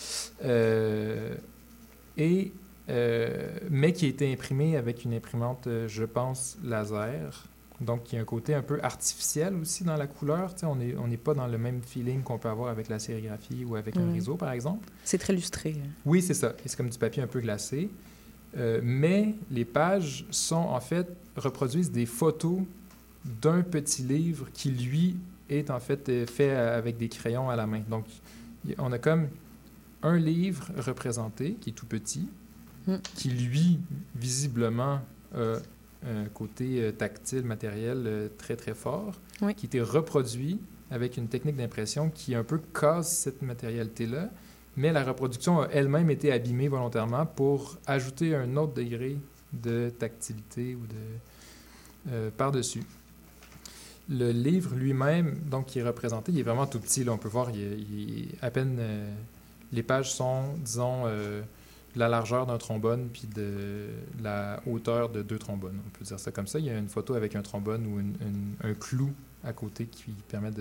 Mais qui a été imprimé avec une imprimante, je pense, laser. Donc, il y a un côté un peu artificiel aussi dans la couleur. Tu sais, on n'est pas dans le même feeling qu'on peut avoir avec la sérigraphie ou avec un réseau, par exemple. C'est très lustré. Oui, c'est ça. Et c'est comme du papier un peu glacé. Mais les pages reproduisent des photos d'un petit livre qui, lui, est en fait fait avec des crayons à la main. Donc, on a comme un livre représenté, qui est tout petit, qui, lui, visiblement, a un côté tactile, matériel très, très fort, qui était reproduit avec une technique d'impression qui un peu casse cette matérialité-là, mais la reproduction a elle-même été abîmée volontairement pour ajouter un autre degré de tactilité ou de par-dessus. Le livre lui-même, donc, qui est représenté, il est vraiment tout petit. Là, on peut voir, il est à peine... les pages sont, disons, la largeur d'un trombone puis de la hauteur de 2 trombones. On peut dire ça comme ça. Il y a une photo avec un trombone ou un clou à côté qui permet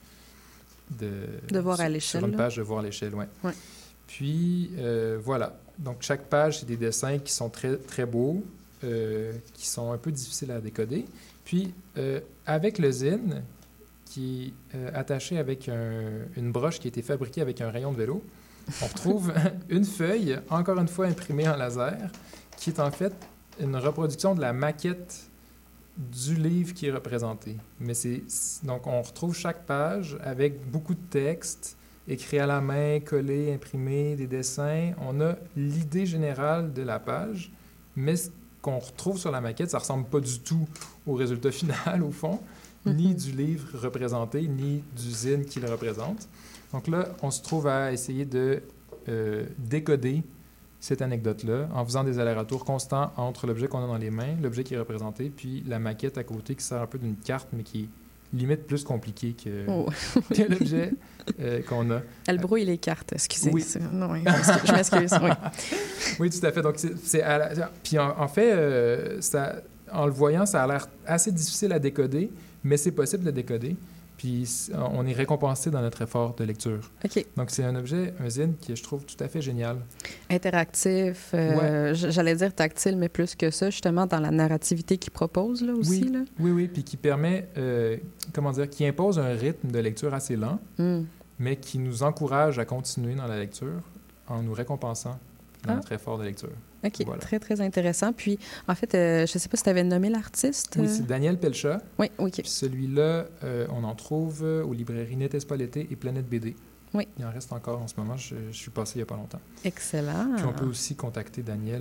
de voir à l'échelle. Sur une page, de voir l'échelle, oui. Ouais. Puis, voilà. Donc, chaque page, c'est des dessins qui sont très, très beaux, qui sont un peu difficiles à décoder. Puis, avec le zine, qui est attaché avec une broche qui a été fabriquée avec un rayon de vélo, on retrouve une feuille, encore une fois imprimée en laser, qui est en fait une reproduction de la maquette du livre qui est représenté. Mais donc, on retrouve chaque page avec beaucoup de texte, écrit à la main, collé, imprimé, des dessins. On a l'idée générale de la page, mais ce qu'on retrouve sur la maquette, ça ne ressemble pas du tout au résultat final, au fond, ni du livre représenté, ni du zine qui le représente. Donc là, on se trouve à essayer de décoder cette anecdote-là en faisant des allers-retours constants entre l'objet qu'on a dans les mains, l'objet qui est représenté, puis la maquette à côté qui sert un peu d'une carte, mais qui est limite plus compliquée que l'objet qu'on a. Elle brouille les cartes, excusez. Oui. Non, je m'excuse. Oui. Oui, tout à fait. Donc, puis en fait, en le voyant, ça a l'air assez difficile à décoder, mais c'est possible de décoder. Puis on est récompensé dans notre effort de lecture. OK. Donc, c'est un zine qui je trouve tout à fait génial. Interactif, j'allais dire tactile, mais plus que ça, justement, dans la narrativité qu'il propose, là, aussi. Oui, là. oui, puis qui permet, qui impose un rythme de lecture assez lent, mais qui nous encourage à continuer dans la lecture en nous récompensant dans notre effort de lecture. OK, voilà. Très, très intéressant. Puis, en fait, je ne sais pas si tu avais nommé l'artiste. Oui, c'est Daniel Pelcha. Oui, OK. Puis celui-là, on en trouve aux librairies Nétespa-L'été et Planète BD. Oui. Il en reste encore en ce moment. Je suis passé il n'y a pas longtemps. Excellent. Puis on peut aussi contacter Daniel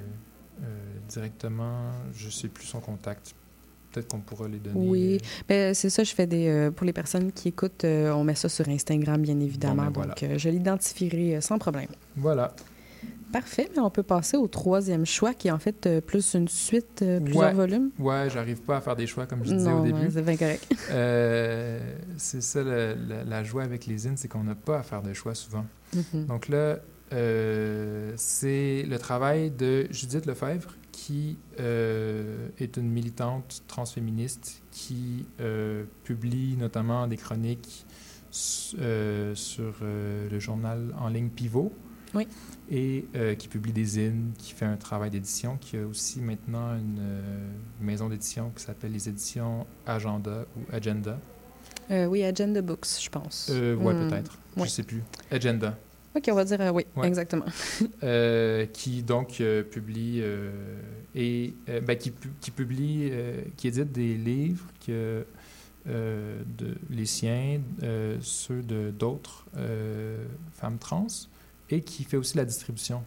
directement. Je ne sais plus son contact. Peut-être qu'on pourra les donner. Oui, ben, c'est ça, je fais pour les personnes qui écoutent, on met ça sur Instagram, bien évidemment. Bon, ben voilà. Donc, je l'identifierai sans problème. Voilà. Parfait, mais on peut passer au troisième choix, qui est en fait plus une suite, plusieurs volumes. Ouais, j'arrive pas à faire des choix, comme je disais au début. Non, c'est bien correct. C'est ça, la joie avec les zines, c'est qu'on n'a pas à faire de choix souvent. Mm-hmm. Donc là, c'est le travail de Judith Lefebvre, qui est une militante transféministe qui publie notamment des chroniques sur le journal en ligne Pivot. Oui. Et qui publie des zines, qui fait un travail d'édition, qui a aussi maintenant une maison d'édition qui s'appelle les éditions Agenda ou Agenda. Oui, Agenda Books, je pense. Oui, peut-être. Je Ouais. ne sais plus. Agenda. OK, on va dire oui, Ouais. exactement. Qui donc publie qui publie, qui édite des livres les siens, ceux d'autres femmes trans, et qui fait aussi la distribution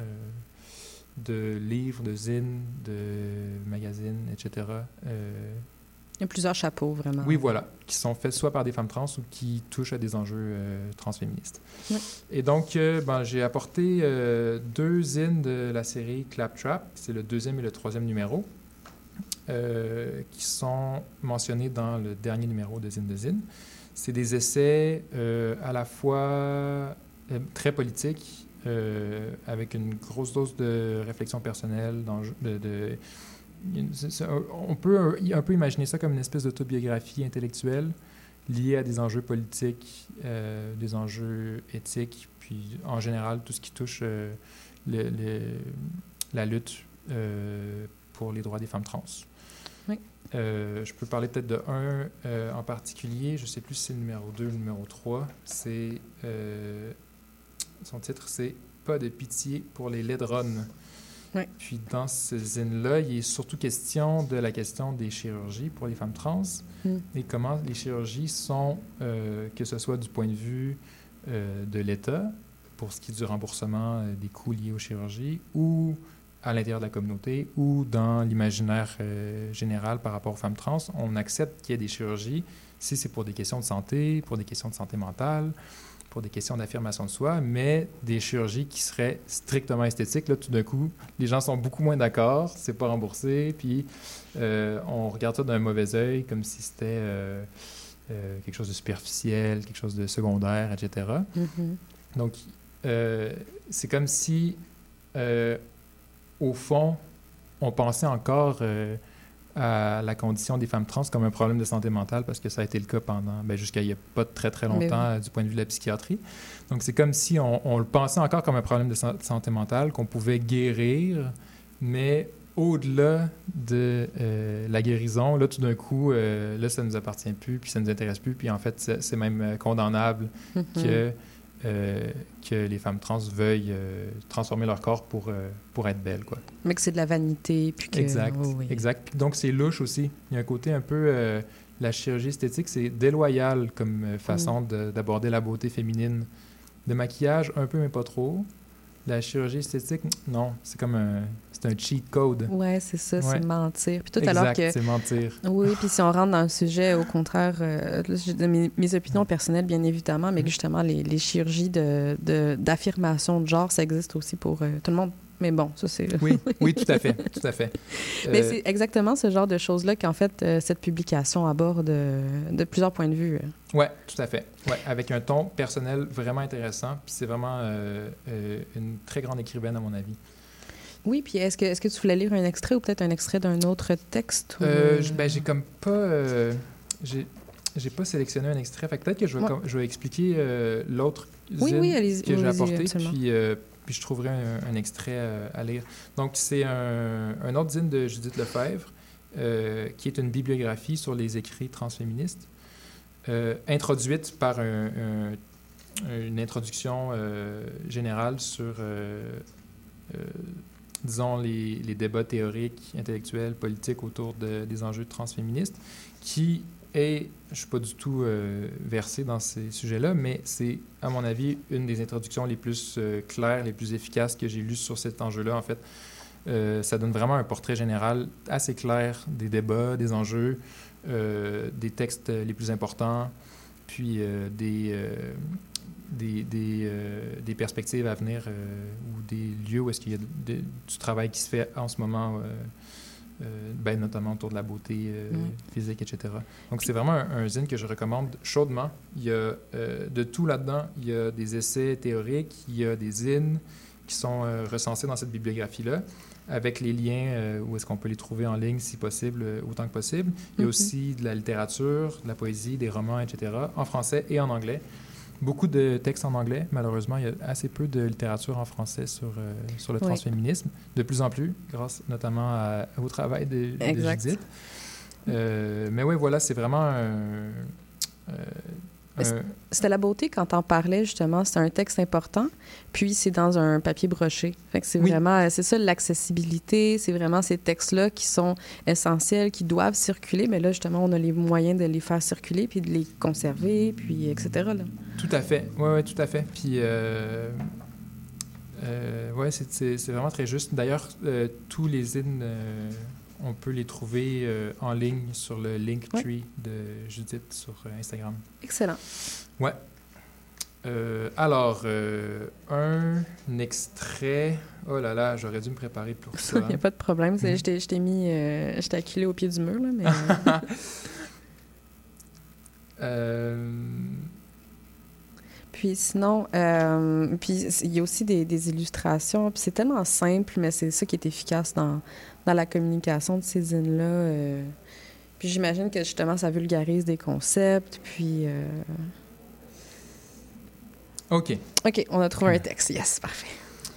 de livres, de zines, de magazines, etc. Il y a plusieurs chapeaux, vraiment. Oui, voilà, qui sont faits soit par des femmes trans ou qui touchent à des enjeux transféministes. Oui. Et donc, j'ai apporté 2 zines de la série Claptrap, c'est le 2e et le 3e numéro, qui sont mentionnés dans le dernier numéro de Zine de Zine. C'est des essais à la fois très politiques, avec une grosse dose de réflexion personnelle, on peut un peu imaginer ça comme une espèce d'autobiographie intellectuelle liée à des enjeux politiques, des enjeux éthiques, puis en général tout ce qui touche la lutte pour les droits des femmes trans. Oui. Je peux parler peut-être de un en particulier, je ne sais plus si c'est le numéro 2 ou le numéro 3. Son titre, c'est « Pas de pitié pour les laidronnes ». Oui. Puis dans ce zine-là, il est surtout question de la question des chirurgies pour les femmes trans et comment les chirurgies sont, que ce soit du point de vue de l'État, pour ce qui est du remboursement des coûts liés aux chirurgies, ou à l'intérieur de la communauté, ou dans l'imaginaire général par rapport aux femmes trans, on accepte qu'il y ait des chirurgies si c'est pour des questions de santé, pour des questions de santé mentale, pour des questions d'affirmation de soi, mais des chirurgies qui seraient strictement esthétiques. Là, tout d'un coup, les gens sont beaucoup moins d'accord, c'est pas remboursé, puis on regarde ça d'un mauvais œil, comme si c'était quelque chose de superficiel, quelque chose de secondaire, etc. Mm-hmm. Donc, c'est comme si, au fond, on pensait encore à la condition des femmes trans comme un problème de santé mentale, parce que ça a été le cas jusqu'à il n'y a pas très, très longtemps du point de vue de la psychiatrie. Donc, c'est comme si on le pensait encore comme un problème de santé mentale qu'on pouvait guérir, mais au-delà de la guérison, là, tout d'un coup, là, ça ne nous appartient plus, puis ça ne nous intéresse plus, puis en fait, c'est même condamnable que les femmes trans veuillent transformer leur corps pour être belles, quoi. Mais que c'est de la vanité, puis que... Exact, exact. Donc, c'est louche aussi. Il y a un côté un peu... la chirurgie esthétique, c'est déloyal comme façon d'aborder la beauté féminine. De maquillage, un peu, mais pas trop. La chirurgie esthétique, non, c'est comme c'est un cheat code. Ouais, c'est ça, Ouais. c'est mentir. Puis tout Exact, alors que c'est mentir. oui, puis si on rentre dans le sujet, au contraire, là, j'ai donné mes opinions personnelles, bien évidemment, mais que justement, les chirurgies d'affirmation de genre, ça existe aussi pour tout le monde. Mais bon, ça, c'est... Oui, oui, tout à fait, tout à fait. Mais c'est exactement ce genre de choses-là qu'en fait, cette publication aborde de plusieurs points de vue. Oui, tout à fait. Ouais, avec un ton personnel vraiment intéressant. Puis c'est vraiment une très grande écrivaine, à mon avis. Oui, puis est-ce que tu voulais lire un extrait ou peut-être un extrait d'un autre texte? Ou... J'ai comme pas... j'ai pas sélectionné un extrait. Fait que peut-être que je vais expliquer l'autre zine que j'ai apporté. Puis je trouverai un extrait à lire. Donc, c'est un autre zine de Judith Lefebvre, qui est une bibliographie sur les écrits transféministes, introduite par une introduction générale sur, disons, les débats théoriques, intellectuels, politiques autour des enjeux transféministes, qui est, je ne suis pas du tout versé dans ces sujets-là, mais c'est, à mon avis, une des introductions les plus claires, les plus efficaces que j'ai lues sur cet enjeu-là, en fait. Ça donne vraiment un portrait général assez clair des débats, des enjeux, des textes les plus importants, puis des perspectives à venir ou des lieux où est-ce qu'il y a du travail qui se fait en ce moment, notamment autour de la beauté physique, etc. Donc, c'est vraiment un zine que je recommande chaudement. Il y a de tout là-dedans. Il y a des essais théoriques, il y a des zines qui sont recensés dans cette bibliographie-là, avec les liens où est-ce qu'on peut les trouver en ligne, si possible, autant que possible. Il y a aussi de la littérature, de la poésie, des romans, etc., en français et en anglais. Beaucoup de textes en anglais. Malheureusement, il y a assez peu de littérature en français sur le transféminisme. De plus en plus, grâce notamment au travail de Judith. Mais oui, voilà, c'est vraiment C'était la beauté quand on parlait, justement. C'est un texte important, puis c'est dans un papier broché. Fait que c'est vraiment... C'est ça, l'accessibilité. C'est vraiment ces textes-là qui sont essentiels, qui doivent circuler. Mais là, justement, on a les moyens de les faire circuler, puis de les conserver, puis etc. Là. Tout à fait. Oui, tout à fait. Puis... oui, c'est vraiment très juste. D'ailleurs, tous les zines, on peut les trouver en ligne sur le Linktree de Judith sur Instagram. Excellent. Ouais. Alors, un extrait... Oh là là, j'aurais dû me préparer pour ça. Il n'y a pas de problème. Je t'ai mis... je t'ai acculé au pied du mur, là, mais... Puis sinon, puis il y a aussi des illustrations. Puis c'est tellement simple, mais c'est ça qui est efficace dans la communication de ces zines-là. Puis j'imagine que justement, ça vulgarise des concepts. Puis... OK. OK, on a trouvé un texte. Yes, parfait.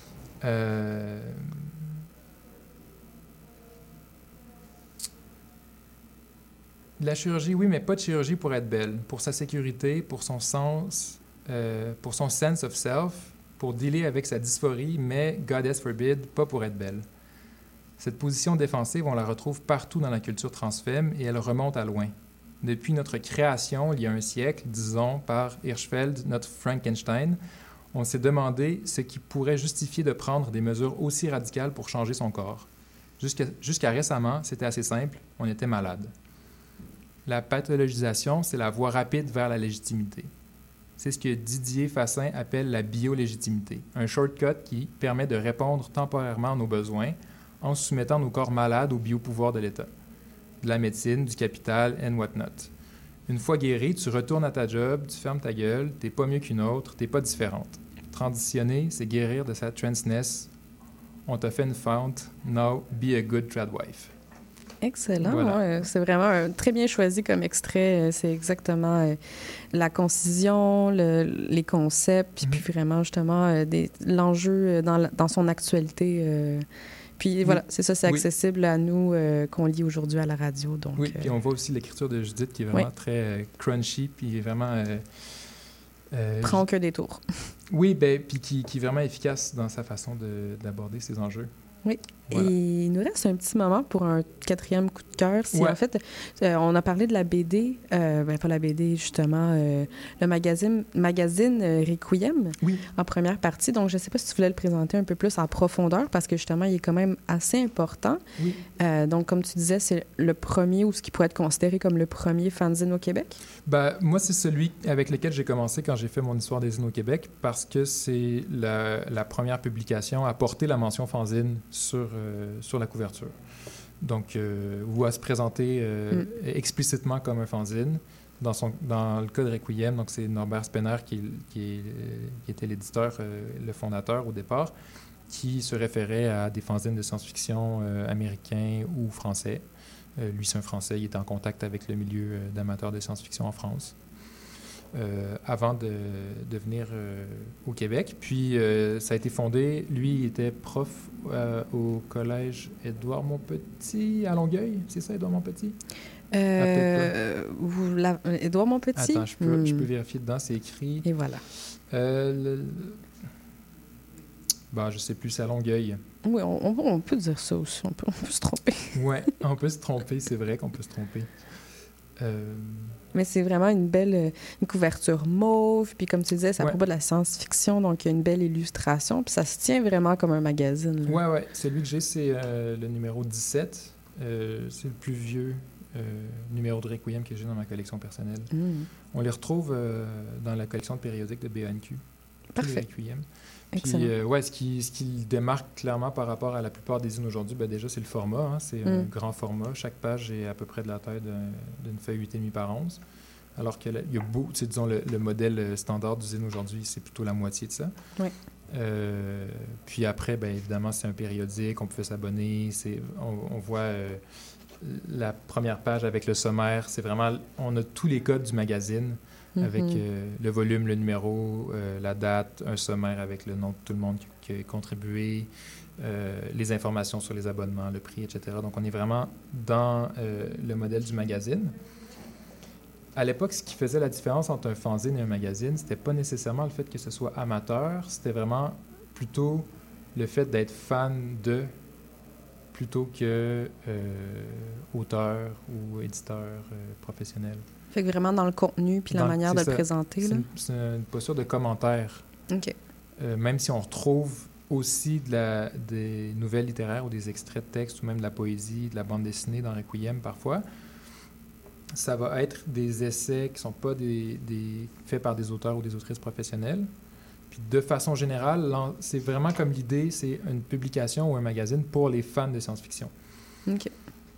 La chirurgie, oui, mais pas de chirurgie pour être belle. Pour sa sécurité, pour son sens... pour son sense of self, pour dealer avec sa dysphorie, mais, goddess forbid, pas pour être belle. Cette position défensive, on la retrouve partout dans la culture transfemme et elle remonte à loin. Depuis notre création, il y a un siècle, disons, par Hirschfeld, notre Frankenstein, on s'est demandé ce qui pourrait justifier de prendre des mesures aussi radicales pour changer son corps. Jusqu'à récemment, c'était assez simple, on était malade. La pathologisation, c'est la voie rapide vers la légitimité. C'est ce que Didier Fassin appelle la biolégitimité, un shortcut qui permet de répondre temporairement à nos besoins en soumettant nos corps malades au biopouvoir de l'État, de la médecine, du capital, and whatnot. Une fois guéri, tu retournes à ta job, tu fermes ta gueule, t'es pas mieux qu'une autre, t'es pas différente. Transitionner, c'est guérir de sa transness. On t'a fait une fente, now be a good trad wife. Excellent. Voilà. Ouais, c'est vraiment très bien choisi comme extrait. C'est exactement la concision, les concepts, puis vraiment justement l'enjeu dans son actualité. Puis voilà, c'est ça, c'est accessible à nous qu'on lit aujourd'hui à la radio. Donc, oui, puis on voit aussi l'écriture de Judith qui est vraiment très crunchy, puis vraiment... prend aucun détour. Oui, ben, puis qui est vraiment efficace dans sa façon d'aborder ces enjeux. Oui. Voilà. Et il nous reste un petit moment pour un 4e coup de cœur. Ouais. En fait, on a parlé de la BD, pas la BD, justement, le magazine Requiem Oui. en première partie. Donc, je ne sais pas si tu voulais le présenter un peu plus en profondeur parce que, justement, il est quand même assez important. Oui. Donc, comme tu disais, c'est le premier ou ce qui pourrait être considéré comme le premier fanzine au Québec. Ben, moi, c'est celui avec lequel j'ai commencé quand j'ai fait mon histoire des zines au Québec parce que c'est la première publication à porter la mention fanzine sur la couverture. Donc, ou à se présenter explicitement comme un fanzine. Dans le cas de Requiem, donc c'est Norbert Spener qui était l'éditeur, le fondateur au départ, qui se référait à des fanzines de science-fiction américains ou français. Lui, c'est un Français, il était en contact avec le milieu d'amateurs de science-fiction en France. Avant de venir au Québec. Puis, ça a été fondé, lui, il était prof au collège Édouard-Montpetit à Longueuil. C'est ça, Édouard-Montpetit? Édouard Montpetit? Attends, je peux vérifier dedans, c'est écrit. Et voilà. Je sais plus, c'est à Longueuil. Oui, on peut dire ça aussi, on peut se tromper. Oui, on peut se tromper, c'est vrai qu'on peut se tromper. Mais c'est vraiment une belle une couverture mauve, puis comme tu disais, c'est à propos de la science-fiction, donc il y a une belle illustration, puis ça se tient vraiment comme un magazine. Oui, celui que j'ai, c'est le numéro 17. C'est le plus vieux numéro de Requiem que j'ai dans ma collection personnelle. On les retrouve dans la collection de périodiques de BANQ. Parfait. Requiem. Excellent. Puis, ce qui le démarque clairement par rapport à la plupart des zines aujourd'hui, déjà, c'est le format. C'est un grand format. Chaque page est à peu près de la taille d'une feuille 8,5 par 11. Alors qu'il y a beau, disons, le modèle standard du zine aujourd'hui, c'est plutôt la moitié de ça. Oui. Puis après, évidemment, c'est un périodique, on peut s'abonner. On voit la première page avec le sommaire. C'est vraiment, on a tous les codes du magazine. Avec le volume, le numéro, la date, un sommaire avec le nom de tout le monde qui a contribué, les informations sur les abonnements, le prix, etc. Donc, on est vraiment dans le modèle du magazine. À l'époque, ce qui faisait la différence entre un fanzine et un magazine, c'était pas nécessairement le fait que ce soit amateur, c'était vraiment plutôt le fait d'être fan de, plutôt que auteur ou éditeur professionnel. Fait que vraiment dans le contenu puis la manière de le présenter. C'est une posture de commentaire. OK. Même si on retrouve aussi des nouvelles littéraires ou des extraits de texte ou même de la poésie, de la bande dessinée dans Requiem parfois, ça va être des essais qui ne sont pas faits par des auteurs ou des autrices professionnelles. Puis de façon générale, c'est vraiment comme l'idée, c'est une publication ou un magazine pour les fans de science-fiction. OK.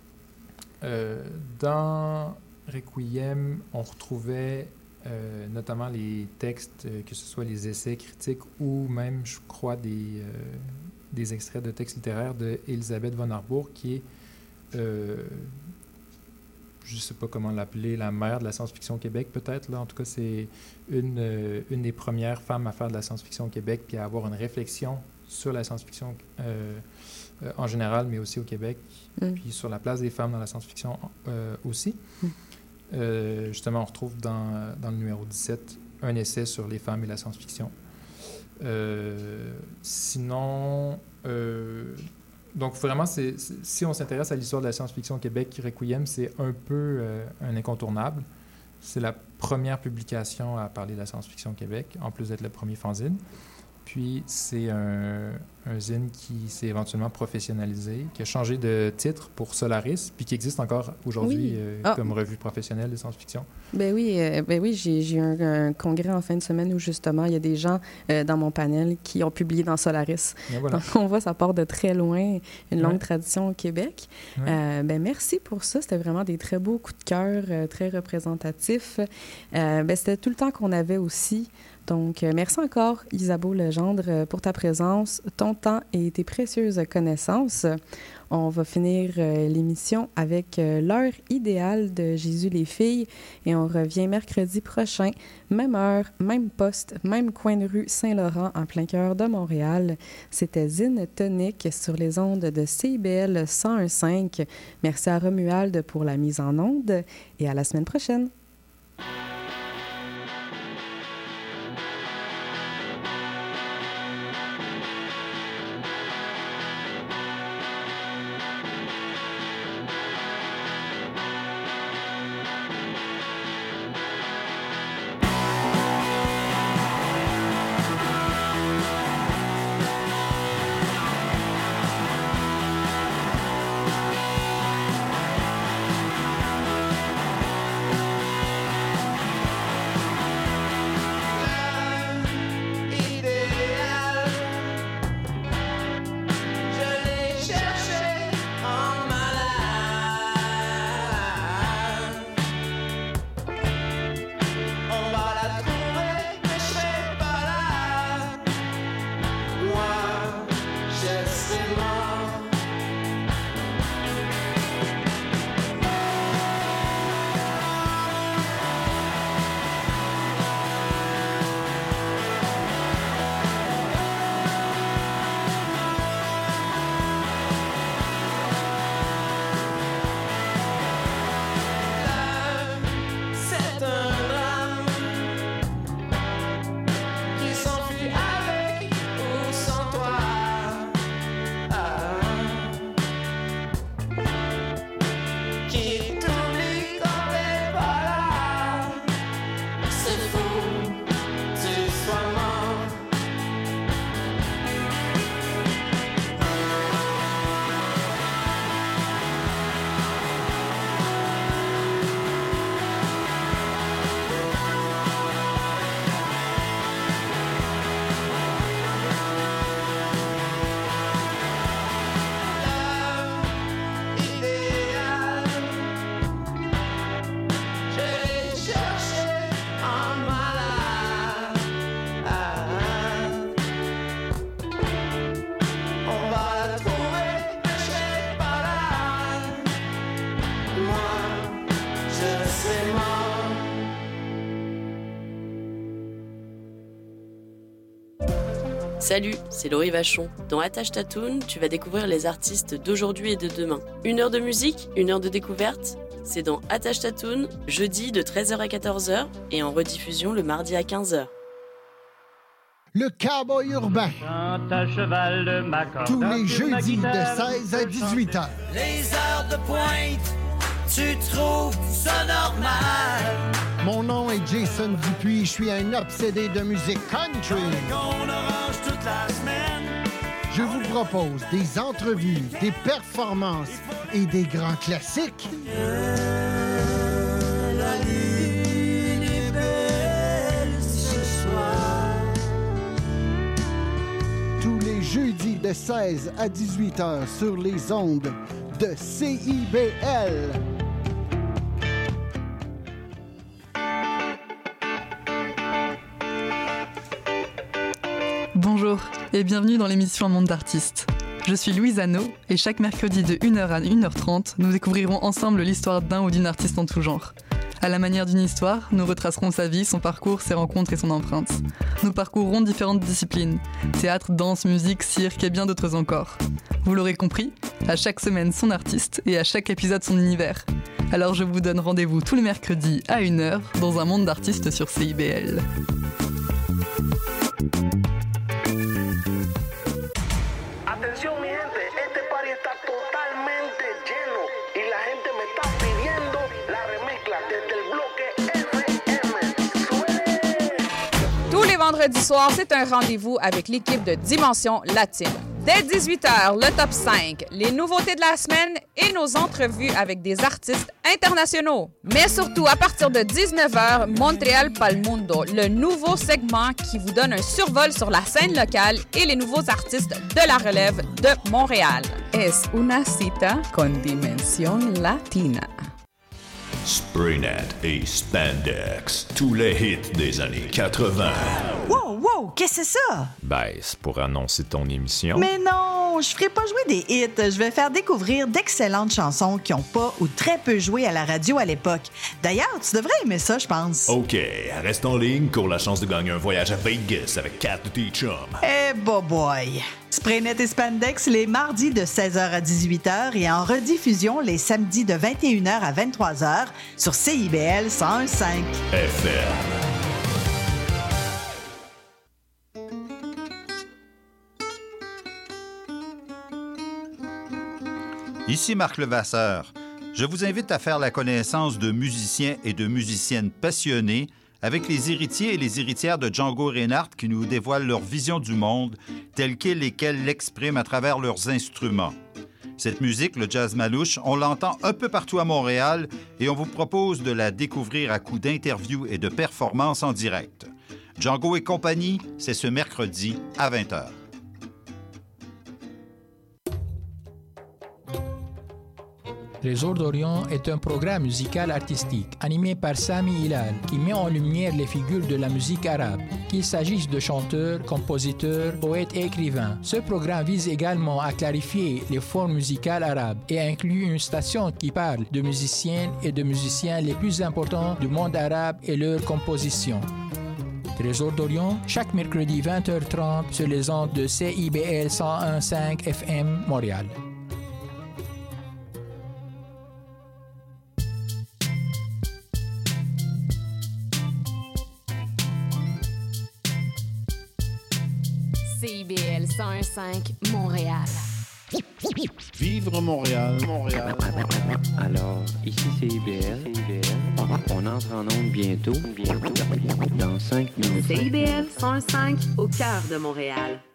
Dans Requiem, on retrouvait notamment les textes, que ce soit les essais critiques ou même, je crois, des extraits de textes littéraires de Elisabeth von Arbour, qui est, je ne sais pas comment l'appeler, la mère de la science-fiction au Québec, peut-être. Là. En tout cas, c'est une des premières femmes à faire de la science-fiction au Québec puis à avoir une réflexion sur la science-fiction en général, mais aussi au Québec, puis sur la place des femmes dans la science-fiction aussi. Justement, on retrouve dans le numéro 17 un essai sur les femmes et la science-fiction. Sinon, donc vraiment, si on s'intéresse à l'histoire de la science-fiction au Québec, Requiem, c'est un peu un incontournable. C'est la première publication à parler de la science-fiction au Québec, en plus d'être le premier fanzine. Puis, c'est un zine qui s'est éventuellement professionnalisé, qui a changé de titre pour Solaris, puis qui existe encore aujourd'hui comme revue professionnelle de science-fiction. Ben oui, j'ai eu un congrès en fin de semaine où, justement, il y a des gens dans mon panel qui ont publié dans Solaris. Voilà. Donc, on voit, ça part de très loin, une longue tradition au Québec. Merci pour ça. C'était vraiment des très beaux coups de cœur, très représentatifs. C'était tout le temps qu'on avait aussi. Donc, merci encore, Isabeau Legendre, pour ta présence, ton temps et tes précieuses connaissances. On va finir l'émission avec l'heure idéale de Jésus les filles et on revient mercredi prochain, même heure, même poste, même coin de rue Saint-Laurent en plein cœur de Montréal. C'était Zine Tonique sur les ondes de CIBL 101.5. Merci à Romuald pour la mise en onde et à la semaine prochaine. Salut, c'est Laurie Vachon. Dans Attache ta Toune, tu vas découvrir les artistes d'aujourd'hui et de demain. 1 heure de musique, 1 heure de découverte. C'est dans Attache ta Toune, jeudi de 13h à 14h et en rediffusion le mardi à 15h. Le Cowboy urbain. À cheval de ma corde, tous les jeudis de 16 à 18h. Les heures de pointe, tu trouves ça normal? Mon nom est Jason Dupuis, je suis un obsédé de musique country. Je vous propose des entrevues, des performances et des grands classiques. La lune est belle ce soir. Tous les jeudis de 16 à 18h sur les ondes de CIBL. Bonjour et bienvenue dans l'émission Un monde d'artistes. Je suis Louise Anneau et chaque mercredi de 1h à 1h30, nous découvrirons ensemble l'histoire d'un ou d'une artiste en tout genre. À la manière d'une histoire, nous retracerons sa vie, son parcours, ses rencontres et son empreinte. Nous parcourrons différentes disciplines, théâtre, danse, musique, cirque et bien d'autres encore. Vous l'aurez compris, à chaque semaine son artiste et à chaque épisode son univers. Alors je vous donne rendez-vous tous les mercredis à 1h dans un monde d'artistes sur CIBL. Atención mi gente, este party está totalmente lleno y la gente me está pidiendo la remezcla desde el bloque FM. ¡Suele! Tous les vendredis soirs, c'est un rendez-vous avec l'équipe de Dimension Latine. Dès 18h, le top 5, les nouveautés de la semaine et nos entrevues avec des artistes internationaux. Mais surtout, à partir de 19h, Montréal Pal Mundo, le nouveau segment qui vous donne un survol sur la scène locale et les nouveaux artistes de la relève de Montréal. Es una cita con Dimension Latina. Spraynet et Spandex, tous les hits des années 80. Wow, qu'est-ce que c'est ça? Ben, c'est pour annoncer ton émission. Mais non, je ferai pas jouer des hits. Je vais faire découvrir d'excellentes chansons qui ont pas ou très peu joué à la radio à l'époque. D'ailleurs, tu devrais aimer ça, je pense. OK, reste en ligne, cours la chance de gagner un voyage à Vegas avec Kat de T-Chum. Eh, boy! Spraynet et Spandex les mardis de 16h à 18h et en rediffusion les samedis de 21h à 23h sur CIBL 101.5 FM. Ici Marc Levasseur. Je vous invite à faire la connaissance de musiciens et de musiciennes passionnés avec les héritiers et les héritières de Django Reinhardt qui nous dévoilent leur vision du monde telle qu'elle et qu'elle l'expriment à travers leurs instruments. Cette musique, le jazz manouche, on l'entend un peu partout à Montréal et on vous propose de la découvrir à coups d'interviews et de performances en direct. Django et compagnie, c'est ce mercredi à 20h. Trésor d'Orient est un programme musical artistique animé par Sami Hilal qui met en lumière les figures de la musique arabe, qu'il s'agisse de chanteurs, compositeurs, poètes et écrivains. Ce programme vise également à clarifier les formes musicales arabes et inclut une station qui parle de musiciennes et de musiciens les plus importants du monde arabe et leurs compositions. Trésor d'Orient, chaque mercredi 20h30 sur les ondes de CIBL 101.5 FM Montréal. CIBL 101.5 Montréal. Vivre Montréal. Alors, ici CIBL. On entre en onde bientôt. Dans 5 minutes. CIBL 101.5 au cœur de Montréal.